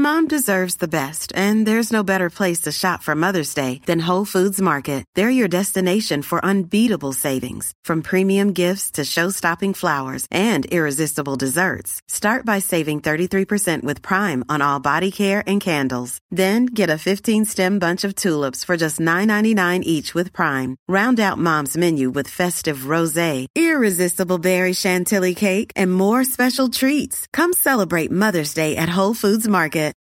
Mom deserves the best, and there's no better place to shop for Mother's Day than Whole Foods Market. They're your destination for unbeatable savings, from premium gifts to show-stopping flowers and irresistible desserts. Start by saving thirty-three percent with Prime on all body care and candles. Then get a fifteen-stem bunch of tulips for just nine ninety-nine each with Prime. Round out Mom's menu with festive rosé, irresistible berry chantilly cake, and more special treats. Come celebrate Mother's Day at Whole Foods Market.